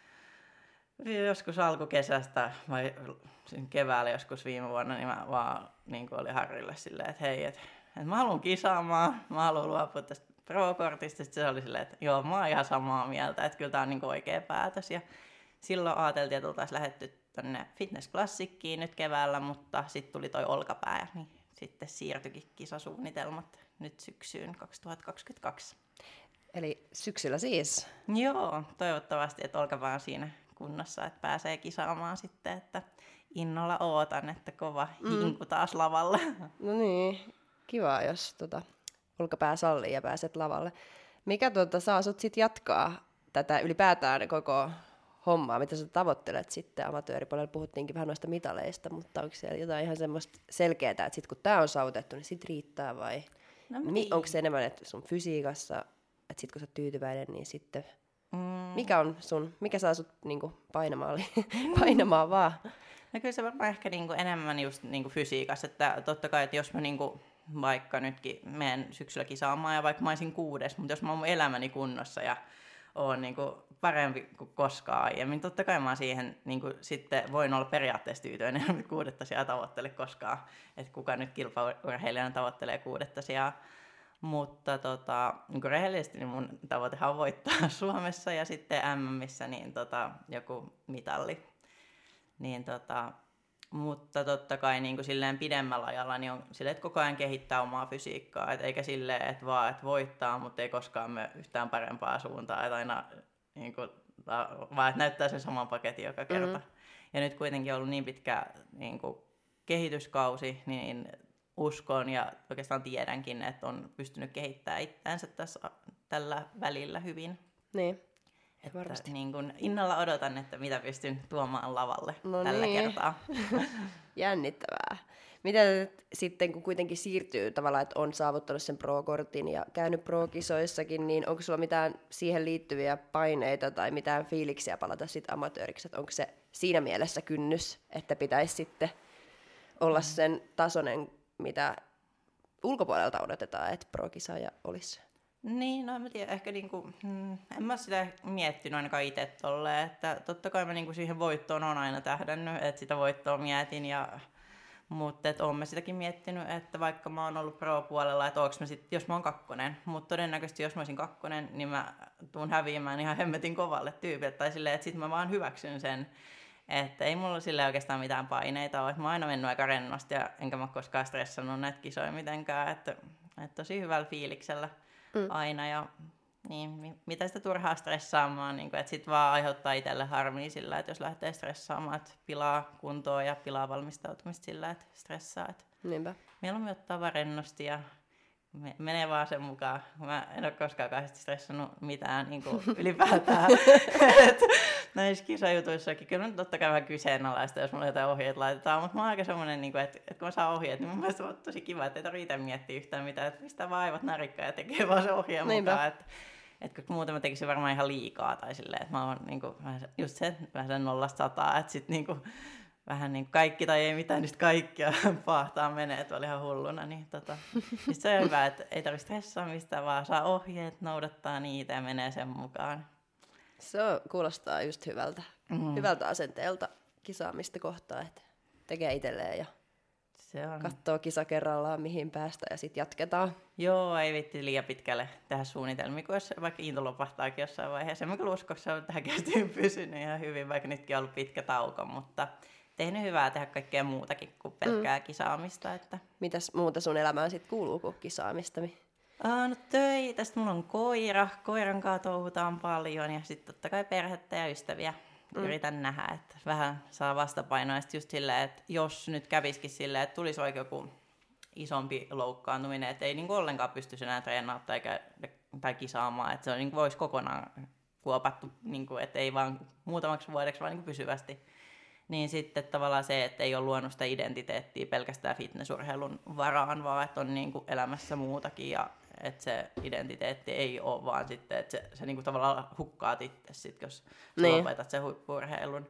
joskus alkukesästä vai keväällä joskus viime vuonna, niin mä vaan niin olin Harrille silleen, että hei, että mä haluan kisaamaan, mä haluan luopua tästä pro-kortista. Sitten se oli silleen, että joo, mä oon ihan samaa mieltä, että kyllä tää on niin oikea päätös. Ja silloin ajateltiin, että oltaisiin lähdetty tonne Fitness Classickiin nyt keväällä, mutta sitten tuli toi olkapää, niin sitten siirtyikin kisasuunnitelmat nyt syksyyn 2022. Eli syksyllä siis? Joo, toivottavasti, että olkapää on siinä kunnossa, että pääsee kisaamaan sitten, että innolla ootan, että kova hinku taas lavalle. No niin, kiva, jos olkapää sallii ja pääset lavalle. Mikä saa sut sit jatkaa tätä ylipäätään koko hommaa, mitä sä tavoittelet sitten amatööripuolella? Puhuttiinkin vähän noista mitaleista, mutta onko siellä jotain ihan semmoista selkeää, että sit kun tää on saavutettu, niin sit riittää vai onko se enemmän, että sun fysiikassa, että sit kun sä oot tyytyväinen, niin sitten Mikä saa sut niinku painamaan vaan? No kyllä se varmaan ehkä niinku enemmän just niinku fysiikassa, että totta kai, että jos mä niinku vaikka nytkin menen syksyllä kisaamaan ja vaikka mä olisin 6, mutta jos mä oon mun elämäni kunnossa ja oon niinku parempi kuin koskaan aiemmin, totta kai mä niinku sitten voin olla periaatteessa tyytyväinen, että 6 sijaa tavoittele koskaan, että kuka nyt kilpaurheilijana tavoittelee 6 sijaa. Mutta niin rehellisesti niin mun tavoitehan on voittaa Suomessa ja sitten MMissä niin joku mitalli. Niin mutta totta kai niin kuin silleen pidemmällä ajalla niin on silleen, että koko ajan kehittää omaa fysiikkaa, eikä silleen, että vaan että voittaa, mutta ei koskaan mene yhtään parempaa suuntaan, että aina niin kuin, vaan että näyttää sen saman paketin joka kerta. Ja nyt kuitenkin on ollut niin pitkä niin kuin kehityskausi, niin uskon ja oikeastaan tiedänkin, että on pystynyt kehittämään itseänsä tällä välillä hyvin. Niin. Että varmasti. Niin kun innolla odotan, että mitä pystyn tuomaan lavalle tällä kertaa. Jännittävää. Mitä sitten, kun kuitenkin siirtyy tavallaan, että on saavuttanut sen pro-kortin ja käynyt pro-kisoissakin, niin onko sulla mitään siihen liittyviä paineita tai mitään fiiliksiä palata sitten amatööriksi? Onko se siinä mielessä kynnys, että pitäisi sitten olla sen tasoinen, mitä ulkopuolelta odotetaan, että pro-kisaaja olisi? Niin, no en mä tiedä, ehkä en mä sitä miettinyt ainakaan itse tolleen, että totta kai mä siihen voittoon on aina tähdännyt, että sitä voittoa mietin, mutta oon mä sitäkin miettinyt, että vaikka mä oon ollut pro-puolella, että onko mä sit, jos mä oon 2, mutta todennäköisesti jos mä olisin 2, niin mä tuun häviämään ihan hemmetin kovalle tyypille, tai silleen, että sit mä vaan hyväksyn sen, että ei mulla sille oikeastaan mitään paineita ole, että mä oon aina mennyt aika rennosti ja enkä mä koskaan stressannut näitä kisoja mitenkään, että tosi hyvällä fiiliksellä aina ja niin, mitä sitä turhaa stressaamaan, niin että sit vaan aiheuttaa itselle harmia sillä, että jos lähtee stressaamaan, että pilaa kuntoa ja pilaa valmistautumista sillä, että stressaa. Että mieluummin ottaa vaan rennosti ja menee vaan sen mukaan. Mä en ole koskaan kauheasti stressannut mitään niin kuin ylipäätään. Näissä kisajutuissakin kyllä nyt totta kai vähän kyseenalaista, jos mulla jotain ohjeet laitetaan, mutta mä oon aika semmoinen, että kun mä saan ohjeet, niin mun mielestä on tosi kiva, että ei tarvitse miettiä yhtään mitään, että pistää vaan aivot narikkaan ja tekee vaan se ohjeen mukaan. Että kun muuten mä tekisin varmaan ihan liikaa tai silleen, että mä oon niinku, just se, vähän sen 0-100, että sit niinku, vähän niin kuin kaikki tai ei mitään, niin kaikkia pahtaa menee, että oli ihan hulluna. Niin se on hyvä, että ei tarvitse stressaa mistään, vaan saa ohjeet, noudattaa niitä ja menee sen mukaan. Se kuulostaa just hyvältä asenteelta kisaamista kohtaan, että tekee itselleen ja katsoo kisa kerrallaan mihin päästä ja sitten jatketaan. Joo, ei vitti liian pitkälle tehdä suunnitelmia, kun jos vaikka into lopahtaakin jossain vaiheessa. Mä kyllä uskon, että se on tähän kästiin pysynyt ihan hyvin, vaikka nytkin on ollut pitkä tauko, mutta tehnyt hyvää tehdä kaikkea muutakin kuin pelkkää kisaamista. Että. Mitäs muuta sun elämään sitten kuuluu kuin kisaamista? No tästä mulla on koira. Koiran kanssa touhutaan paljon ja sitten totta kai perhettä ja ystäviä yritän nähdä, että vähän saa vastapainoa. Ja sitten just silleen, että jos nyt kävisikin silleen, että tulisi oikein joku isompi loukkaantuminen, että ei niinku ollenkaan pystyisi enää treenaamaan tai kisaamaan, että se on, niinku voisi kokonaan kuopattu, niinku, että ei vaan muutamaksi vuodeksi, vaan niinku pysyvästi. Niin sitten tavallaan se, että ei ole luonut sitä identiteettiä pelkästään fitnessurheilun varaan, vaan että on niinku elämässä muutakin ja että se identiteetti ei ole vaan sitten, että se niinku tavallaan hukkaat itse sit, jos lopetat sen huippu-urheilun.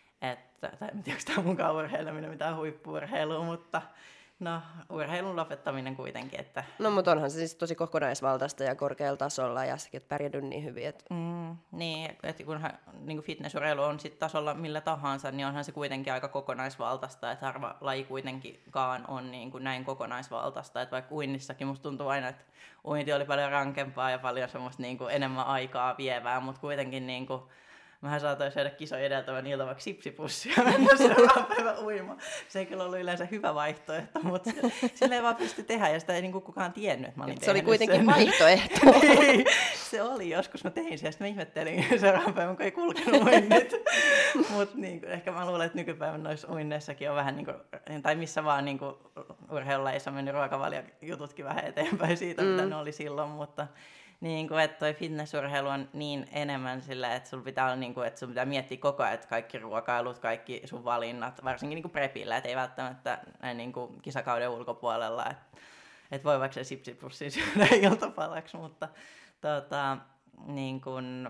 Tai en tiedä, onko tämä mukaan urheileminen mitään huippu-urheilua, mutta no urheilun lopettaminen kuitenkin. Että. No mutta onhan se siis tosi kokonaisvaltaista ja korkealla tasolla ja sekin, että pärjädy niin hyvin. Että. Niin, että kunhan niin fitnessurheilu on sit tasolla millä tahansa, niin onhan se kuitenkin aika kokonaisvaltaista, että harva laji kuitenkaan on niin kuin näin kokonaisvaltaista, että vaikka uinnissakin musta tuntuu aina, että uinti oli paljon rankempaa ja paljon semmoista niin kuin enemmän aikaa vievää, mutta kuitenkin niin kuin mähän saatoin syödä kisojen edeltävän ilta vaikka sipsipussia ja mennä seuraavan päivän uimaan. Se ei kyllä ollut yleensä hyvä vaihtoehto, mutta sillä ei vaan pysty tehdä ja sitä ei niinku kukaan tiennyt, että mä olin se oli kuitenkin sen. Vaihtoehto. Niin, se oli joskus, mä tein sen ja sitten mä ihmettelin seuraavan päivän, kun ei kulkenut uinnit. Mutta niin, ehkä mä luulen, että nykypäivän noissa uinneissakin on vähän, niin kuin, tai missä vaan niin urheilulajissa on mennyt ruokavaliojututkin vähän eteenpäin siitä, mitä ne oli silloin, mutta niin kuin, että toi fitnessurheilu on niin enemmän sillä, että sulla pitää olla niin kuin, että sun pitää miettiä koko ajan, että kaikki ruokailut, kaikki sun valinnat, varsinkin niin kuin prepillä, että ei välttämättä näin niin kuin kisakauden ulkopuolella, että voi vaikka se sipsipussin syödä iltapalaksi, mutta niin kuin,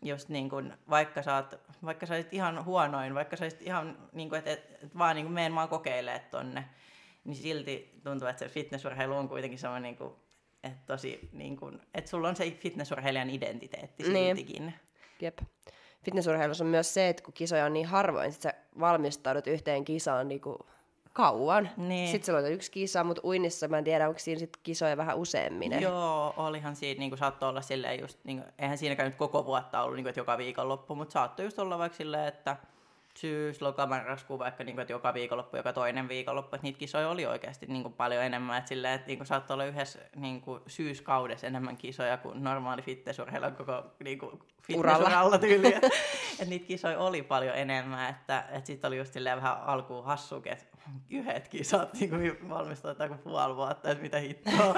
just niin kuin, vaikka sä olisit ihan huonoin, vaikka sä olisit ihan, niin kuin, että vaan niin kuin meen vaan kokeilemaan tonne, niin silti tuntuu, että se fitnessurheilu on kuitenkin semmoinen, niin kuin, että tosi, niin kuin, että sulla on se fitnessurheilijan identiteetti siltikin. Jep. Fitnessurheilussa on myös se, että kun kisoja on niin harvoin, sit sä valmistaudut yhteen kisaan niinku kauan. Niin. Sitten sulla on yksi kisa, mutta uinnissa mä en tiedä, onko siinä sit kisoja vähän useammin. Joo, olihan siinä, niin saattoi olla silleen just, niin kuin, eihän siinäkään nyt koko vuotta ollut, niin kuin, että joka viikonloppu, mutta saattoi just olla vaikka silleen, että syys, loka, marraskuu, vaikka niin kuin, että joka viikonloppu, joka toinen viikonloppu, että niitä kisoja oli oikeasti niin kuin, paljon enemmän, että silleen, että niin kuin, saattoi olla yhdessä niin kuin, syyskaudessa enemmän kisoja kuin normaali fitnessurheilu koko niin kuin, fitnessuralla tyyli, että niitä kisoja oli paljon enemmän, että sitten oli just silleen vähän alkuun hassukin, että yhdet kisat niin valmistautuu kuin puoli vuotta, että mitä hittoa,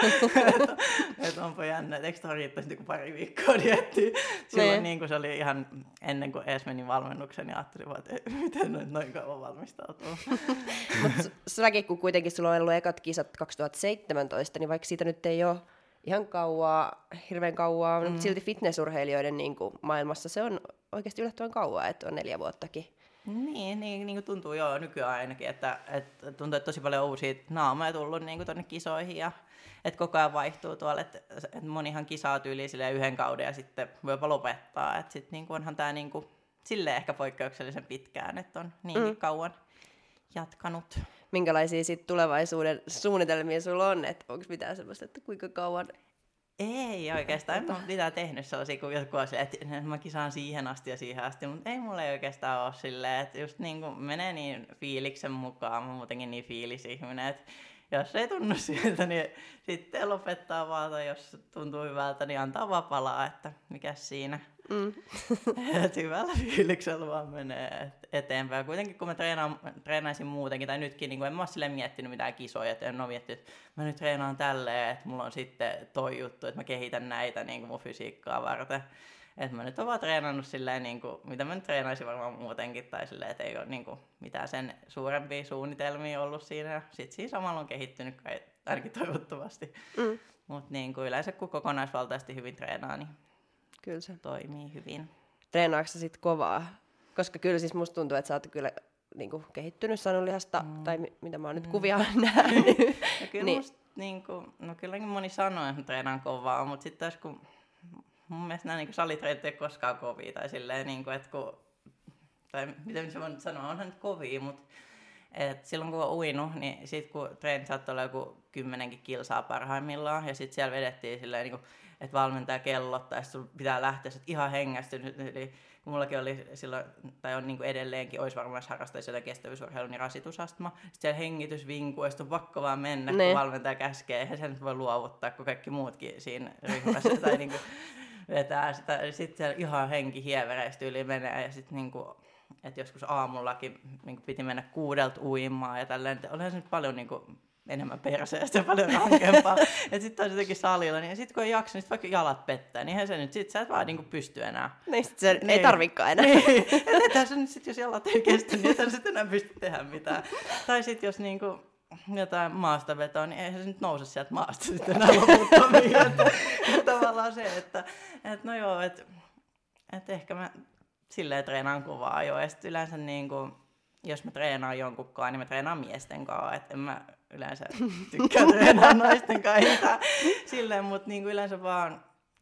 että onpa jännä, että eikö tuohon riittäisi niin kuin pari viikkoa diettiä. Silloin niin kuin se oli ihan ennen kuin edes menin valmennuksen, niin ajattelin vaan, että miten noin kauan valmistautuu. Mutta säkin, kun kuitenkin sulla on ollut ekat kisat 2017, niin vaikka siitä nyt ei ole ihan hirveän kauaa, mutta silti fitnessurheilijoiden niin kuin maailmassa se on oikeasti yllättävän kauaa, että on 4 vuottakin. Niin kuin tuntuu jo nykyään ainakin, että tuntuu, että tosi paljon uusia naamoja tullut niin tuonne kisoihin ja että koko ajan vaihtuu tuolla, että monihan kisaa tyyliin silleen 1 kauden ja sitten voi jopa lopettaa, että sitten niin onhan tämä niin silleen ehkä poikkeuksellisen pitkään, että on niinkin kauan jatkanut. Minkälaisia sit tulevaisuuden suunnitelmia sulla on, että onko mitään sellaista, että kuinka kauan? Ei oikeastaan, en ole mitään tehnyt sellaisia, kun jotkut on silleen, että mä kisaan siihen asti ja siihen asti, mutta ei mulla ei oikeastaan ole silleen, että just niin kuin menee niin fiiliksen mukaan, mä muutenkin niin fiilisihminen, että jos ei tunnu siltä, niin sitten lopettaa vaan, tai jos tuntuu hyvältä, niin antaa vaan palaa, että mikäs siinä. Että hyvällä fiiliksellä vaan menee eteenpäin. Kuitenkin kun mä treenaisin muutenkin, tai nytkin, niin en mä ole silleen miettinyt mitään kisoja, että en ole miettinyt, että mä nyt treenaan tälleen, että mulla on sitten toi juttu, että mä kehitän näitä niin kuin mun fysiikkaa varten. Että mä nyt oon vaan treenannut silleen, niin kuin, mitä mä nyt treenaisin varmaan muutenkin, tai silleen, että ei ole niin kuin, mitään sen suurempia suunnitelmia ollut siinä. Sitten siinä samalla on kehittynyt, ainakin toivottavasti. Mutta niin kuin yleensä kun kokonaisvaltaisesti hyvin treenaa, niin kyllä se toimii hyvin. Treenaatko sä sit kovaa? Koska kyllä siis musta tuntuu, että sä oot kyllä niin kuin kehittynyt sanonlihasta, tai mitä mä oon nyt kuvia nähnyt. Ja kyllä niin. Musta, niin kuin, no kylläkin moni sanoo, että mä treenaan kovaa, mutta sitten taas kun mun mielestä nämä niin salitreenit ei koskaan kovia, tai silleen, niin kuin, että kun, tai miten se voin sanoa, onhan nyt kovia, mutta silloin kun on uinut, niin sitten kun treenit saattoi olla joku 10 kilsaa parhaimmillaan, ja sitten siellä vedettiin silleen, niin kuin, että valmentaja kellottaa, ja sun pitää lähteä ihan hengästynyt. Eli kun mullakin oli silloin, tai on niin kuin edelleenkin, olisi varmaan harrastaisi jotain kestävyysurheilua, niin rasitusastma. Sitten siellä hengitys vinkuu, ja sitten on pakko vaan mennä, kun valmentaja käskee. Eihän se nyt voi luovuttaa, kun kaikki muutkin siinä ryhmässä. Tai niin kuin vetää sitä. Sitten siellä ihan henki hievereistä yli menee, ja sitten niin kuin, että joskus aamullakin niin piti mennä 6 uimaan, ja tälleen. Olihan se nyt paljon niin kuin enemmän perseestä ja paljon rankempaa. Että sitten taas jotenkin salilla, niin sitten kun ei jaksa, niin sit vaikka jalat pettää, niin eihän se nyt, sit sä et vaan niinku pysty enää. Niin sit se ei tarvikaan enää. Niin, että ethän se nyt sit, jos jalat ei kestä, niin ethän sitten enää pysty tehdä mitään. Tai sitten jos niinku jotain maastavetoa, niin eihän se nyt nouse sieltä maasta sitten enää loputtomiin. Että tavallaan se, että no joo, että ehkä mä silleen treenaan kovaa jo. Ja sitten yleensä niinku, jos mä treenaan jonkunkaan, niin mä treenaan miesten kanssa. Että en mä yleensä tykkää treenaa naisten kanssa silleen, mutta niinku yleensä vaan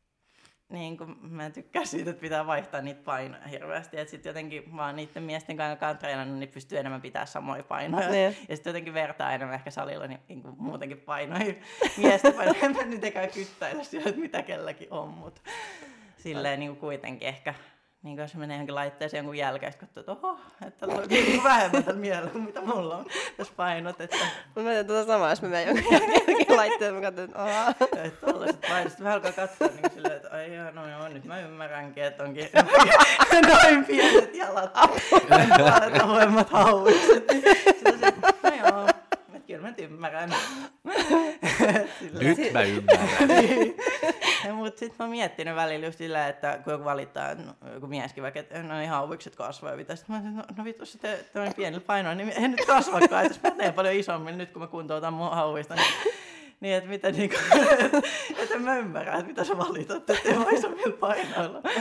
niinku, mä en tykkää siitä, että pitää vaihtaa niitä painoja hirveästi. Että sitten jotenkin vaan niiden miesten kanssa, jotka on treenannut, niin pystyy enemmän pitää samoja painoja. Ne. Ja sitten jotenkin vertaa enemmän ehkä salilla niin muutenkin painoja. Miesten painoja, en mä nyt eikä kyttäillä siellä, että mitä kelläkin on, mutta silleen niinku kuitenkin ehkä. Niin jos menee johonkin laitteeseen jonkun jälkeen, että katsoo, että oho, että on vähemmän tällä mielellä kuin mitä mulla on tässä painot. Että mä menen tuota samaa, jos mä menen jonkun laitteeseen, mä katson, että oha. Että tollaiset painot, sitten vähän alkaa katsoa niin silleen, että ai no joo, nyt mä ymmärränkin, että onkin noin pienet jalat, avoimmat hauikset. Sitten se, no joo, että kyllä mä nyt ymmärrän. Nyt mä ymmärrän. Mutta sitten mä oon miettinyt välillä just silleen, että kun joku valittaa, joku mieskin vaikka, että no ihan hauikset kasvaa ja mitä. Sitten mä sanoin, no vittu, sitten tämmöinen pienillä painoilla, niin en nyt kasvakaan. Jos mä teen paljon isommin nyt, kun mä kuntoutan mun hauista, niin että mitä niinku, että en mä ymmärrä, että mitä sä valitat, että ei vaan isommilla painoilla.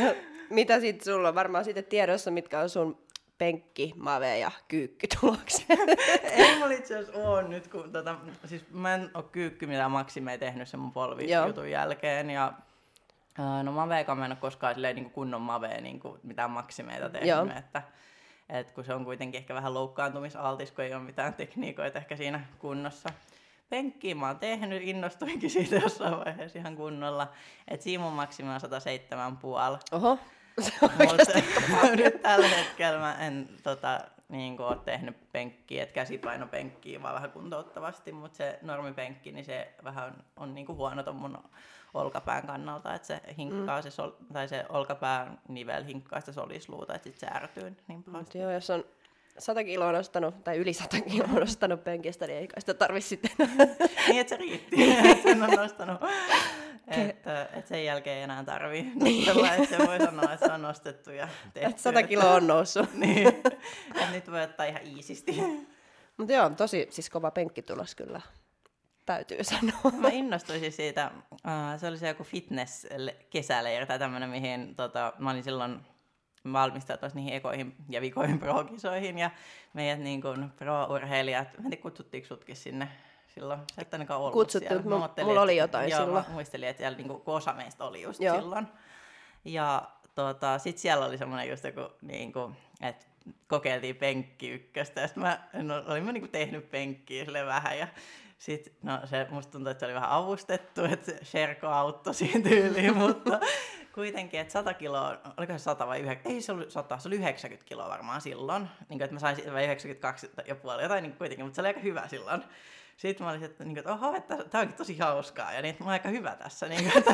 Mitä sit sulla on varmaan sitten tiedossa, mitkä on sun penkki, mave ja kyykkytulokset? Ei mulla itse asiassa ole nyt, kun siis mä en ole kyykky mitään maksimeja tehnyt sen mun polvijutun jälkeen. Ja, no maveekaan mä en ole koskaan niin kunnon mavea niin mitään maksimeita tehnyt. Että kun se on kuitenkin ehkä vähän loukkaantumisaltis, kun ei ole mitään tekniikoita ehkä siinä kunnossa. Penkkiä mä oon tehnyt, innostuinkin siitä jossain vaiheessa ihan kunnolla. Että siinä mun maksimi on 107,5. Oho, se on mutta nyt tällä hetkellä mä en niin ole tehnyt penkkiä, että käsipainopenkkiä vaan vähän kuntouttavasti, mutta se normipenkki, niin se vähän on niin kuin huono ton mun olkapään kannalta, että se hinkkaa se olkapään nivel hinkkaa sitä solisluuta, että sit se ärtyy niin pahasti. Joo, jos on 100 kiloa nostanut, tai yli 100 kiloa nostanut penkistä, niin ei kai sitä tarvitse sitten. Niin, että se riitti, että sen on nostanut. Että sen jälkeen ei enää tarvii nostella, että se voi sanoa, että se on nostettu ja tehty. Että 100 kiloa on noussut. Niin, että nyt voi ottaa ihan iisisti. Mutta joo, tosi siis kova penkkitulos kyllä, täytyy sanoa. Mä innostuisin siitä, se oli se joku fitness-kesäleiri tai tämmöinen, mihin mä olin silloin valmistautuisi niihin ekoihin ja vikoihin pro-kisoihin ja meidät niin kuin pro-urheilijat, mä en tiedä kutsuttiinko sutkin sinne silloin, sä et ainakaan ollut kutsuttu, siellä. Mulla oli jotain joo, silloin. Mä muistelin, että siellä niin kuin osa meistä oli just joo. silloin. Ja sit siellä oli semmoinen just joku, niin kuin, että kokeiltiin penkki ykköstä ja sitten olin niin kuin tehnyt penkkiä sille vähän ja sitten, se musta tuntui, että se oli vähän avustettu, että se Sherko auttoi siihen tyyliin, mutta kuitenkin, että 100 kiloa, oliko se 100 vai 90, ei se ollut 100, se oli 90 kiloa varmaan silloin, niin kuin, että mä sain 92,5 jotain niin kuitenkin, mutta se oli aika hyvä silloin. Sitten mä olisin, että oho, että tämä onkin tosi hauskaa ja niin, mä oon aika hyvä tässä,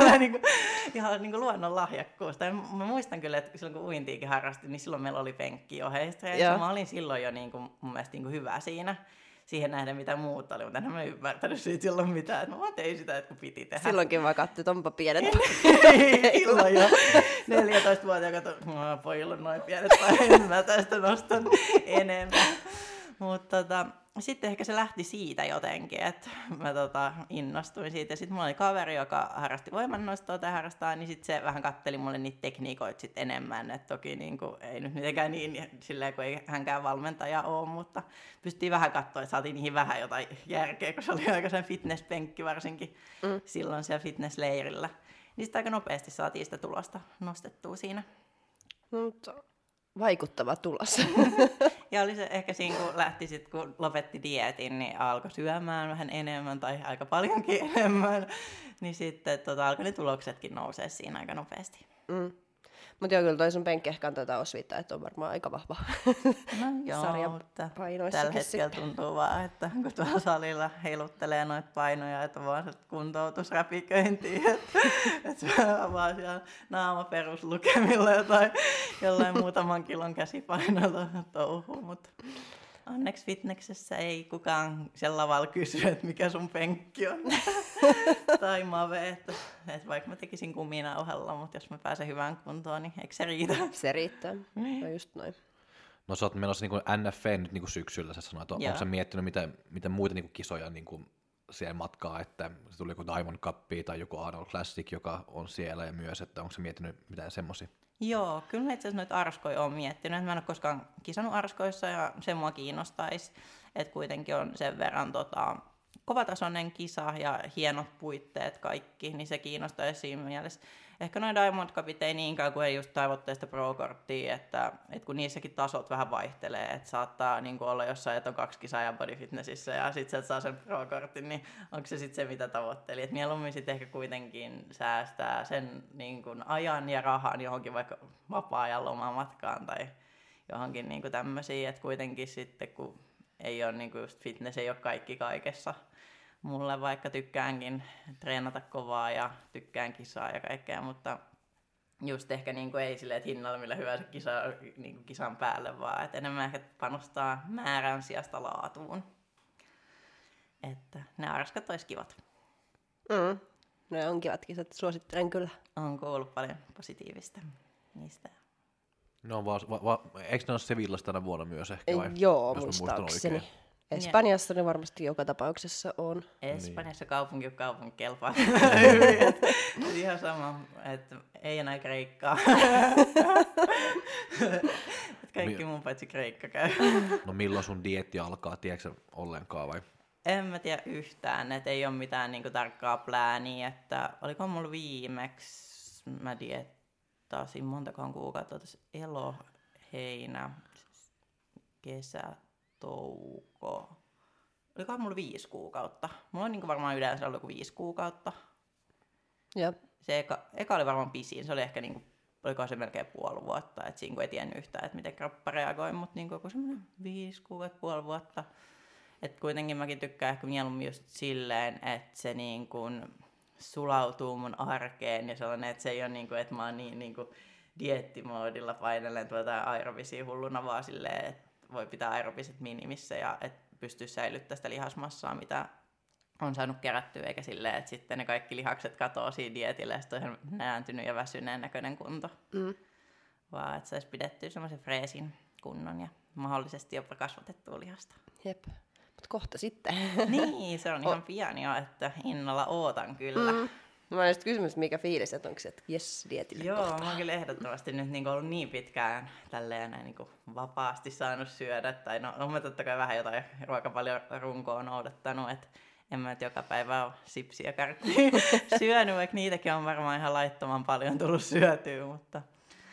ihan luonnon lahjakkuusta. Ja mä muistan kyllä, että silloin kun uintiikin harrastin, niin silloin meillä oli penkki ohjeistreenissä. Mä olin silloin jo mun mielestä hyvä siinä. Siihen nähden, mitä muuta oli, mutta enhän mä ymmärtänyt siitä silloin mitään, että mä vaan tein sitä, että kun piti tehdä. Silloinkin vaan katsoin, että onpa pienet. Silloin jo 14-vuotiaan katsoin, pojilla on noin pienet, vai en mä tästä nostan enemmän. Mutta sitten ehkä se lähti siitä jotenkin, että mä innostuin siitä. Ja sitten mulla oli kaveri, joka harrasti voimannostoa tai harrastaa, niin sitten se vähän katteli mulle niitä tekniikoita sit enemmän. Että toki niin kuin, ei nyt mitenkään niin silleen, kun ei hänkään valmentaja ole, mutta pystyttiin vähän katsoa, että saatiin niihin vähän jotain järkeä, kun se oli aika sen fitnesspenkki varsinkin silloin siellä fitnessleirillä. Niin sitten aika nopeasti saatiin sitä tulosta nostettua siinä. Mutta vaikuttava tulos. Ja oli se ehkä siinä, kun lähti sitten, kun lopetti dieetin, niin alkoi syömään vähän enemmän tai aika paljonkin enemmän. Niin sitten alkoi ne tuloksetkin nousee siinä aika nopeasti. Mutta joo, kyllä toi sun penkki ehkä antaa osviittaa, että on varmaan aika vahva sarja painoissakin. Tällä hetkellä tuntuu vaan, että kun tuolla salilla heiluttelee noita painoja, että vaan se kuntoutusräpiköintiin, että vaan siellä naamaperuslukemilla jollain muutaman kilon käsipainoilla touhuu, mutta onneksi fitnessessä ei kukaan siellä lavalla kysy, että mikä sun penkki on. Tai mave, että vaikka mä tekisin kuminauhalla, mutta jos mä pääsen hyvään kuntoon, niin eikö se riitä? Se riittää. No just noin. No sä oot menossa niin NFV nyt niin syksyllä, sä sanoit. Onko sä miettinyt, miten muita niin kisoja niin siellä matkaa, että se tuli joku Diamond Cup tai joku Arnold Classic, joka on siellä ja myös, että onko sä miettinyt mitään semmoisia? Joo, kyllä mä itse asiassa noita arskoja oon miettinyt. Mä en ole koskaan kisannut arskoissa ja se mua kiinnostaisi, että kuitenkin on sen verran kovatasoinen kisa ja hienot puitteet kaikki, niin se kiinnostaisi siinä mielessä. Ehkä noin Diamond Cupit ei niinkään, kun ei just tavoittele sitä pro-korttia, että kun niissäkin tasot vähän vaihtelee, että saattaa niin olla jossain, että on 2 kisaa ja bodyfitnessissä ja sitten sieltä saa sen pro-kortin, niin onko se sitten se, mitä tavoitteli. Et mieluummin sitten ehkä kuitenkin säästää sen niin kuin ajan ja rahan johonkin vaikka vapaa-ajan lomamatkaan tai johonkin niin kuin tämmöisiä, että kuitenkin sitten kun ei ole niin kuin just fitness, ei ole kaikki kaikessa. Mulle vaikka tykkäänkin treenata kovaa ja tykkään kisaa ja kaikkea, mutta just ehkä niin kuin ei silleen, että hinnalla millä hyvänsä niin kuin kisan päälle, vaan että enemmän ehkä panostaa määrän sijasta laatuun. Että ne arskat olisi kivat. Ne on kivat kisat, suosittelen kyllä. On kuullut paljon positiivista niistä. No eikö ne ole Sevillassa tänä vuonna myös ehkä? Vai? Joo, muistaakseni. Espanjassa ne varmasti joka tapauksessa on. Espanjassa kaupunki on kaupunki kelpaa. Ihan sama, että ei enää Kreikkaa. Kaikki mun paitsi Kreikka käy. No milloin sun dieetti alkaa, tiedätkö ollenkaan vai? En mä tiedä yhtään, että ei ole mitään niinku tarkkaa plääniä, että oliko mulla viimeksi, mä dieettasin montakohan kuukautta, elo, heinä, kesä, touko. Olikohan mulla 5 kuukautta? Mulla on niinku varmaan yleensä ollut 5 kuukautta. Jep. Se eka oli varmaan pisin, se oli ehkä niinku, olikohan se melkein puoli vuotta, että siinä kun ei tiennyt yhtään, että miten kroppa reagoi, mutta niinku joku semmoinen 5 kuukautta, puoli vuotta. Että kuitenkin mäkin tykkään ehkä mieluummin just silleen, että se niinku sulautuu mun arkeen ja sellainen, että se ei ole niinku, että mä oon niin niinku dieettimoodilla painellen tuota aerobisia hulluna vaan silleen, että voi pitää aerobiset minimissä ja että pystyy säilyttämään sitä lihasmassaa, mitä on saanut kerättyä, eikä silleen, että sitten ne kaikki lihakset katoo siinä dietillä ja sitten on ihan nääntynyt ja väsyneen näköinen kunto. Vaan että saisi pidettyä semmoisen freesin kunnon ja mahdollisesti jopa kasvatettua lihasta. Jep. Mutta kohta sitten. Niin, se on ihan pian jo, että innolla ootan kyllä. Mä olin kysymys, mikä fiilis, että onko se, että jes, dietille Joo, kohta. mä oon kyllä ehdottomasti nyt niin ollut niin pitkään tälleen näin niin vapaasti saanut syödä. Tai no, mä totta kai vähän jotain ruokapaljon runkoa noudattanut, että en mä nyt joka päivä ole sipsiä ja karkkuja syönyt, vaikka niitäkin on varmaan ihan laittoman paljon tullut syötyä, mutta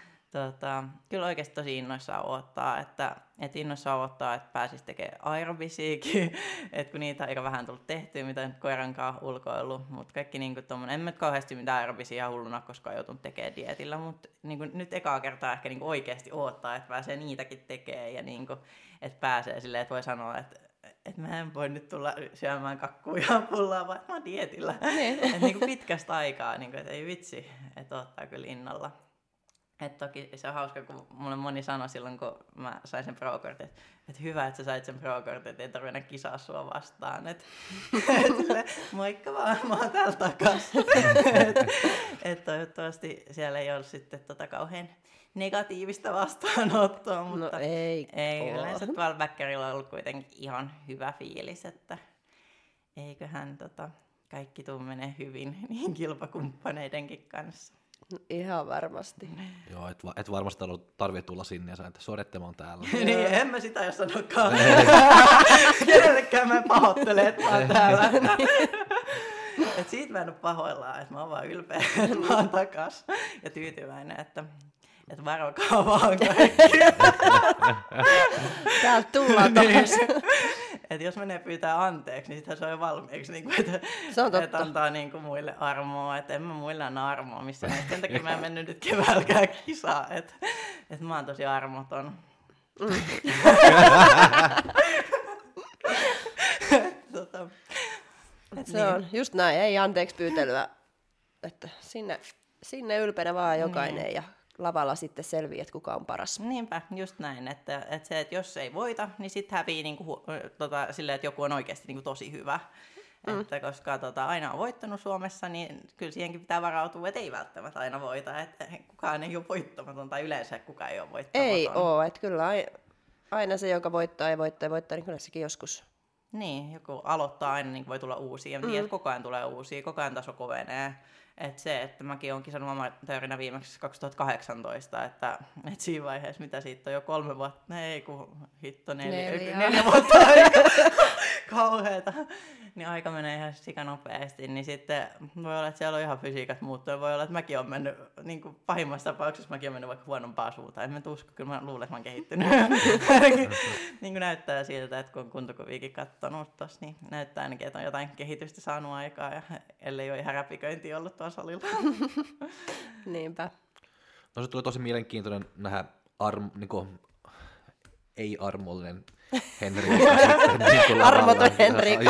kyllä oikeasti tosi innoissaan odottaa, että pääsisi tekemään aerobisiakin, että kun niitä on aika vähän tullut tehtyä, mitä nyt koiran kanssa ulkoillut, mutta kaikki niin tommonen, en mä nyt kauheasti mitään aerobisia hulluna koskaan joutunut tekemään dietillä, mutta niin nyt ekaa kertaa ehkä niin oikeasti odottaa, että pääsee niitäkin tekemään ja niin kuin, että pääsee silleen, että voi sanoa, että mä en voi nyt tulla syömään kakkua ja pullaa, vaan mä oon dietillä. Että niin pitkästä aikaa, niin kuin, että ei vitsi, että odottaa kyllä innolla. Et toki se on hauska, kun mulle moni sanoi silloin, kun mä sain sen pro-kortin, että hyvä, että sä sait sen pro-kortin, että ei tarvitse enää kisaa sua vastaan. Moikka vaan, mä oon täällä takas. Et toivottavasti siellä ei ollut sitten kauhean negatiivista vastaanottoa, mutta no ei yleensä tuolla bäkkärillä on ollut kuitenkin ihan hyvä fiilis, että eiköhän kaikki tuu menee hyvin niin kilpakumppaneidenkin kanssa. Ihan varmasti. Joo, et varmasti tarvitse tulla sinne ja sanoa, että sori, että mä oon täällä. Niin, en mä sitä jos sanokaan. Kenellekään mä en pahoittele, että mä oon täällä. Et siitä mä en ole pahoillaan, että mä oon vaan ylpeä, että mä oon takas. Ja tyytyväinen, että varokaa vaan kaikki. Täältä tullaan takas. Että jos menee pyytää anteeksi, niin sitten se on jo valmiiksi, niin kuin, että antaa niin kuin muille armoa. Että en mä muille anna armoa missään. Sen takia mä en mennyt nyt keväälläkään kisaan. Että mä oon tosi armoton. Se on just näin, ei anteeksi pyytelyä. Että sinne ylpeänä vaan jokainen ja lavalla sitten selviää, että kuka on paras. Niinpä, just näin, että se, että jos ei voita, niin sitten hävii niinku, silleen, että joku on oikeasti niinku tosi hyvä. Että koska aina on voittanut Suomessa, niin kyllä siihenkin pitää varautua, että ei välttämättä aina voita. Että kukaan ei ole voittamaton, tai yleensä kukaan ei ole voittamaton. Ei ole, että kyllä aina se, joka voittaa, niin kyllä sekin joskus. Niin, joku aloittaa aina, niin voi tulla uusia. Ja tiedät, koko ajan tulee uusia, koko ajan taso kovenee. Että se, että mäkin olen kisannut amatöörinä viimeksi 2018, että siinä vaiheessa, mitä siitä on jo 3 vuotta, ei kun hitto 4 vuotta aika kauheeta, niin aika menee ihan sikanopeasti, niin sitten voi olla, että siellä on ihan fysiikat muuttua, voi olla, että mäkin olen mennyt, niin kuin pahimmassa tapauksessa mäkin olen mennyt vaikka huonompaa suuntaan, en mä usko, kyllä mä luulen, että mä oon kehittynyt. Niin kuin näyttää siltä, että kun on kuntokuviikin katsonut tossa, niin näyttää ainakin, että on jotain kehitystä saanut aikaa, ja ellei ole ihan räpiköinti ollut tuolla salilla. Niinpä. No se tuli tosi mielenkiintoinen nähdä ei-armollinen Henriikka sitten. Niin armoton Henriikka.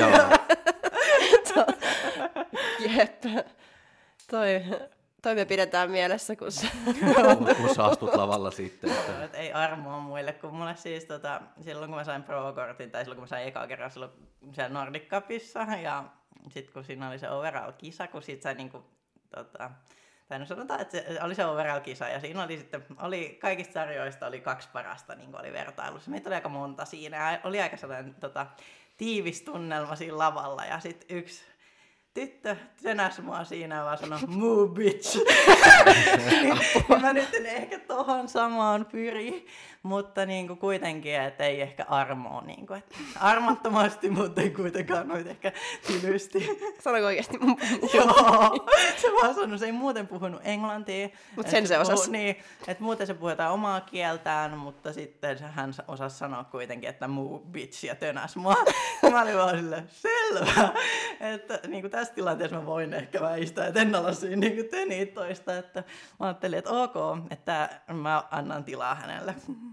Jep. Toi me pidetään mielessä, kun sä astut lavalla sitten. Että ei armoa muille, kun mulle siis silloin kun mä sain pro-kortin, tai silloin kun mä sain ekaa kerran silloin siellä Nordic Cupissa, ja sitten kun siinä oli se overall-kisa, kun siitä sai niinku, Tai no sanotaan, että se oli se overall-kisa ja siinä oli sitten, kaikista sarjoista oli 2 parasta, niin kuin oli vertailussa. Meitä oli aika monta siinä ja oli aika sellainen tiivis tunnelma siinä lavalla ja sitten yksi tyttö tönäsi mua siinä ja vaan sanoi, move bitch. Mä nyt en ehkä tohon samaan pyri, mutta niinku kuitenkin, että ei ehkä armoa. Niinku, että armottomasti, mutta ei kuitenkaan noita ehkä tylysti. Sanoiko oikeasti? Joo, se vaan sanoi, se ei muuten puhunut englantia. Mutta sen se osasi. Niin, että muuten se puhui jotain omaa kieltään, mutta sitten hän osasi sanoa kuitenkin, että move bitch ja tönäs mua. Mä olin vaan silleen, selvä. Että niinku tässä tilanteessa mä voin ehkä väistää, että en olla siinä niinku te niitä toista. Että mä ajattelin, että ok, että mä annan tilaa hänelle.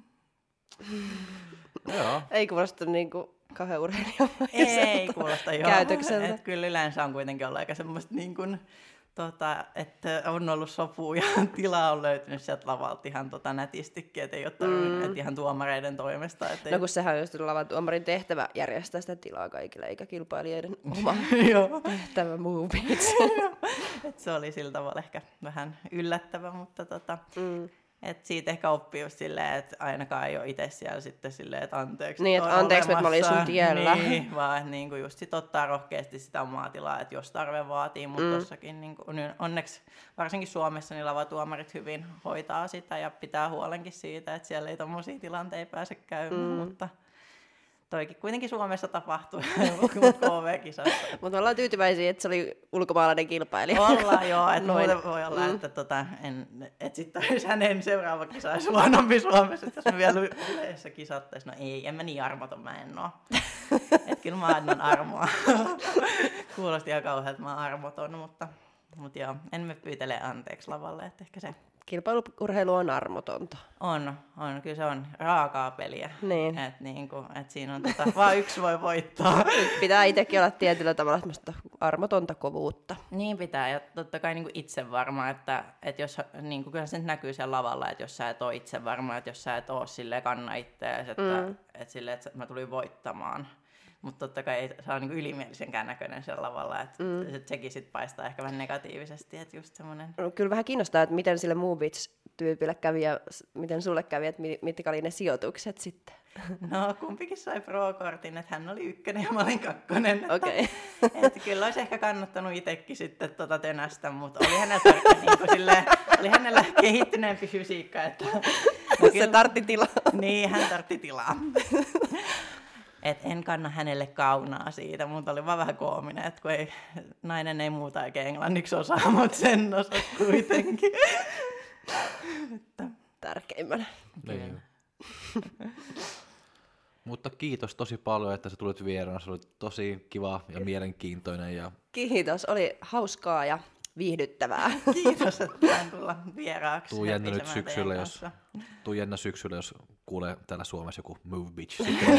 Joo. Ei kuulosta niinku kauhean urheilijamaiselta Ei kuulosta joo. käytökseltä. Et kyllä yleensä on kuitenkin ollut aika semmoista niin kuin, että on ollut sopua ja tilaa on löytynyt sieltä lavalta ihan nätistikin, että ei ole tarvinnut ihan tuomareiden toimesta. No kun sehän on just lavan tuomarin tehtävä järjestää sitä tilaa kaikille, eikä kilpailijoiden oma tehtävä movies. Et se oli sillä tavalla ehkä vähän yllättävä, mutta et siitä ehkä oppii just silleen, että ainakaan ei ole itse siellä sitten silleen, että anteeksi. Niin, että anteeksi, että mä olin sun tiellä. Niin, vaan että niinku just sit ottaa rohkeasti sitä omaa tilaa, että jos tarve vaatii, mutta tossakin niinku, niin onneksi varsinkin Suomessa niin lavatuomarit hyvin hoitaa sitä ja pitää huolenkin siitä, että siellä ei tommosia tilanteita pääse käymään, mutta toikin kuitenkin Suomessa tapahtui KV-kisassa. Mutta me ollaan tyytyväisiä, että se oli ulkomaalainen kilpailija. Ollaan joo, että muuten voi olla, että sitten olisi hänen seuraava kisa olisi huonompi Suomessa, että jos me vielä yleensä kisattaisiin. No ei, en mä niin armoton, mä en oo. Että kyllä mä annan armoa. Kuulosti ihan kauhean, että mä oon armoton, mutta joo, en me pyytele anteeksi lavalle, että ehkä se... Kilpailuurheilu on armotonta. On, kyllä se on raakaa peliä. Niin. Että siinä on vaan yksi voi voittaa. Pitää itsekin olla tietyllä tavalla armotonta kovuutta. Niin pitää, ja totta kai niin itse varma, että jos, niin kyllä se näkyy siellä lavalla, että jos sä et ole itse varma, että jos sä et ole silleen kanna itseäsi, että mä tulin voittamaan. Mutta totta kai ei saa niinku ylimielisenkään näköinen siellä lavalla, että sekin sit paistaa ehkä vähän negatiivisesti, että just semmoinen... No, kyllä vähän kiinnostaa, että miten sille Moobits-tyypille kävi ja miten sulle kävi, että mitkä oli ne sijoitukset sitten? No kumpikin sai pro-kortin, että hän oli 1 ja mä olin 2. Okei. Että kyllä olisi ehkä kannattanut itsekin sitten tönästä, mutta oli hänellä kehittyneempi fysiikka, että... Se tartti tilaa. Niin, hän tartti tilaa. Et en kanna hänelle kaunaa siitä, mutta oli vaan vähän koominen, että kun nainen ei muuta oikein englanniksi osaa, mutta sen osaa kuitenkin. Tärkeimmänä. Niin. Mutta kiitos tosi paljon, että sä tulit vieraana. Se oli tosi kiva ja mielenkiintoinen. Ja... Kiitos, oli hauskaa ja viihdyttävää. Kiitos, että sain tulla vieraaksi. Tuu jännä nyt syksyllä, jos kuulee täällä Suomessa joku Move Bitch.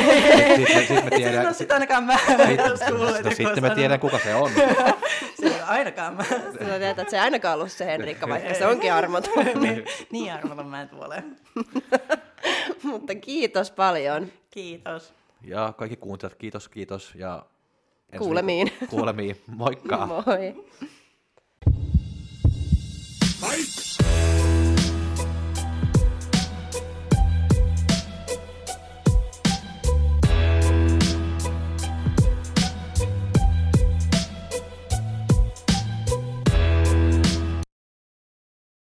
Sitten mä tiedän, kuka se on. Se ei ole ainakaan mä. Sä tiedät, että se ei ainakaan ollut se Henrikka, vaikka se onkin armoton. Niin armoton mä en ole. Mutta kiitos paljon. Kiitos. Ja kaikki kuuntelijat, kiitos. Ja kuulemiin. Moikka. Moi. Fight!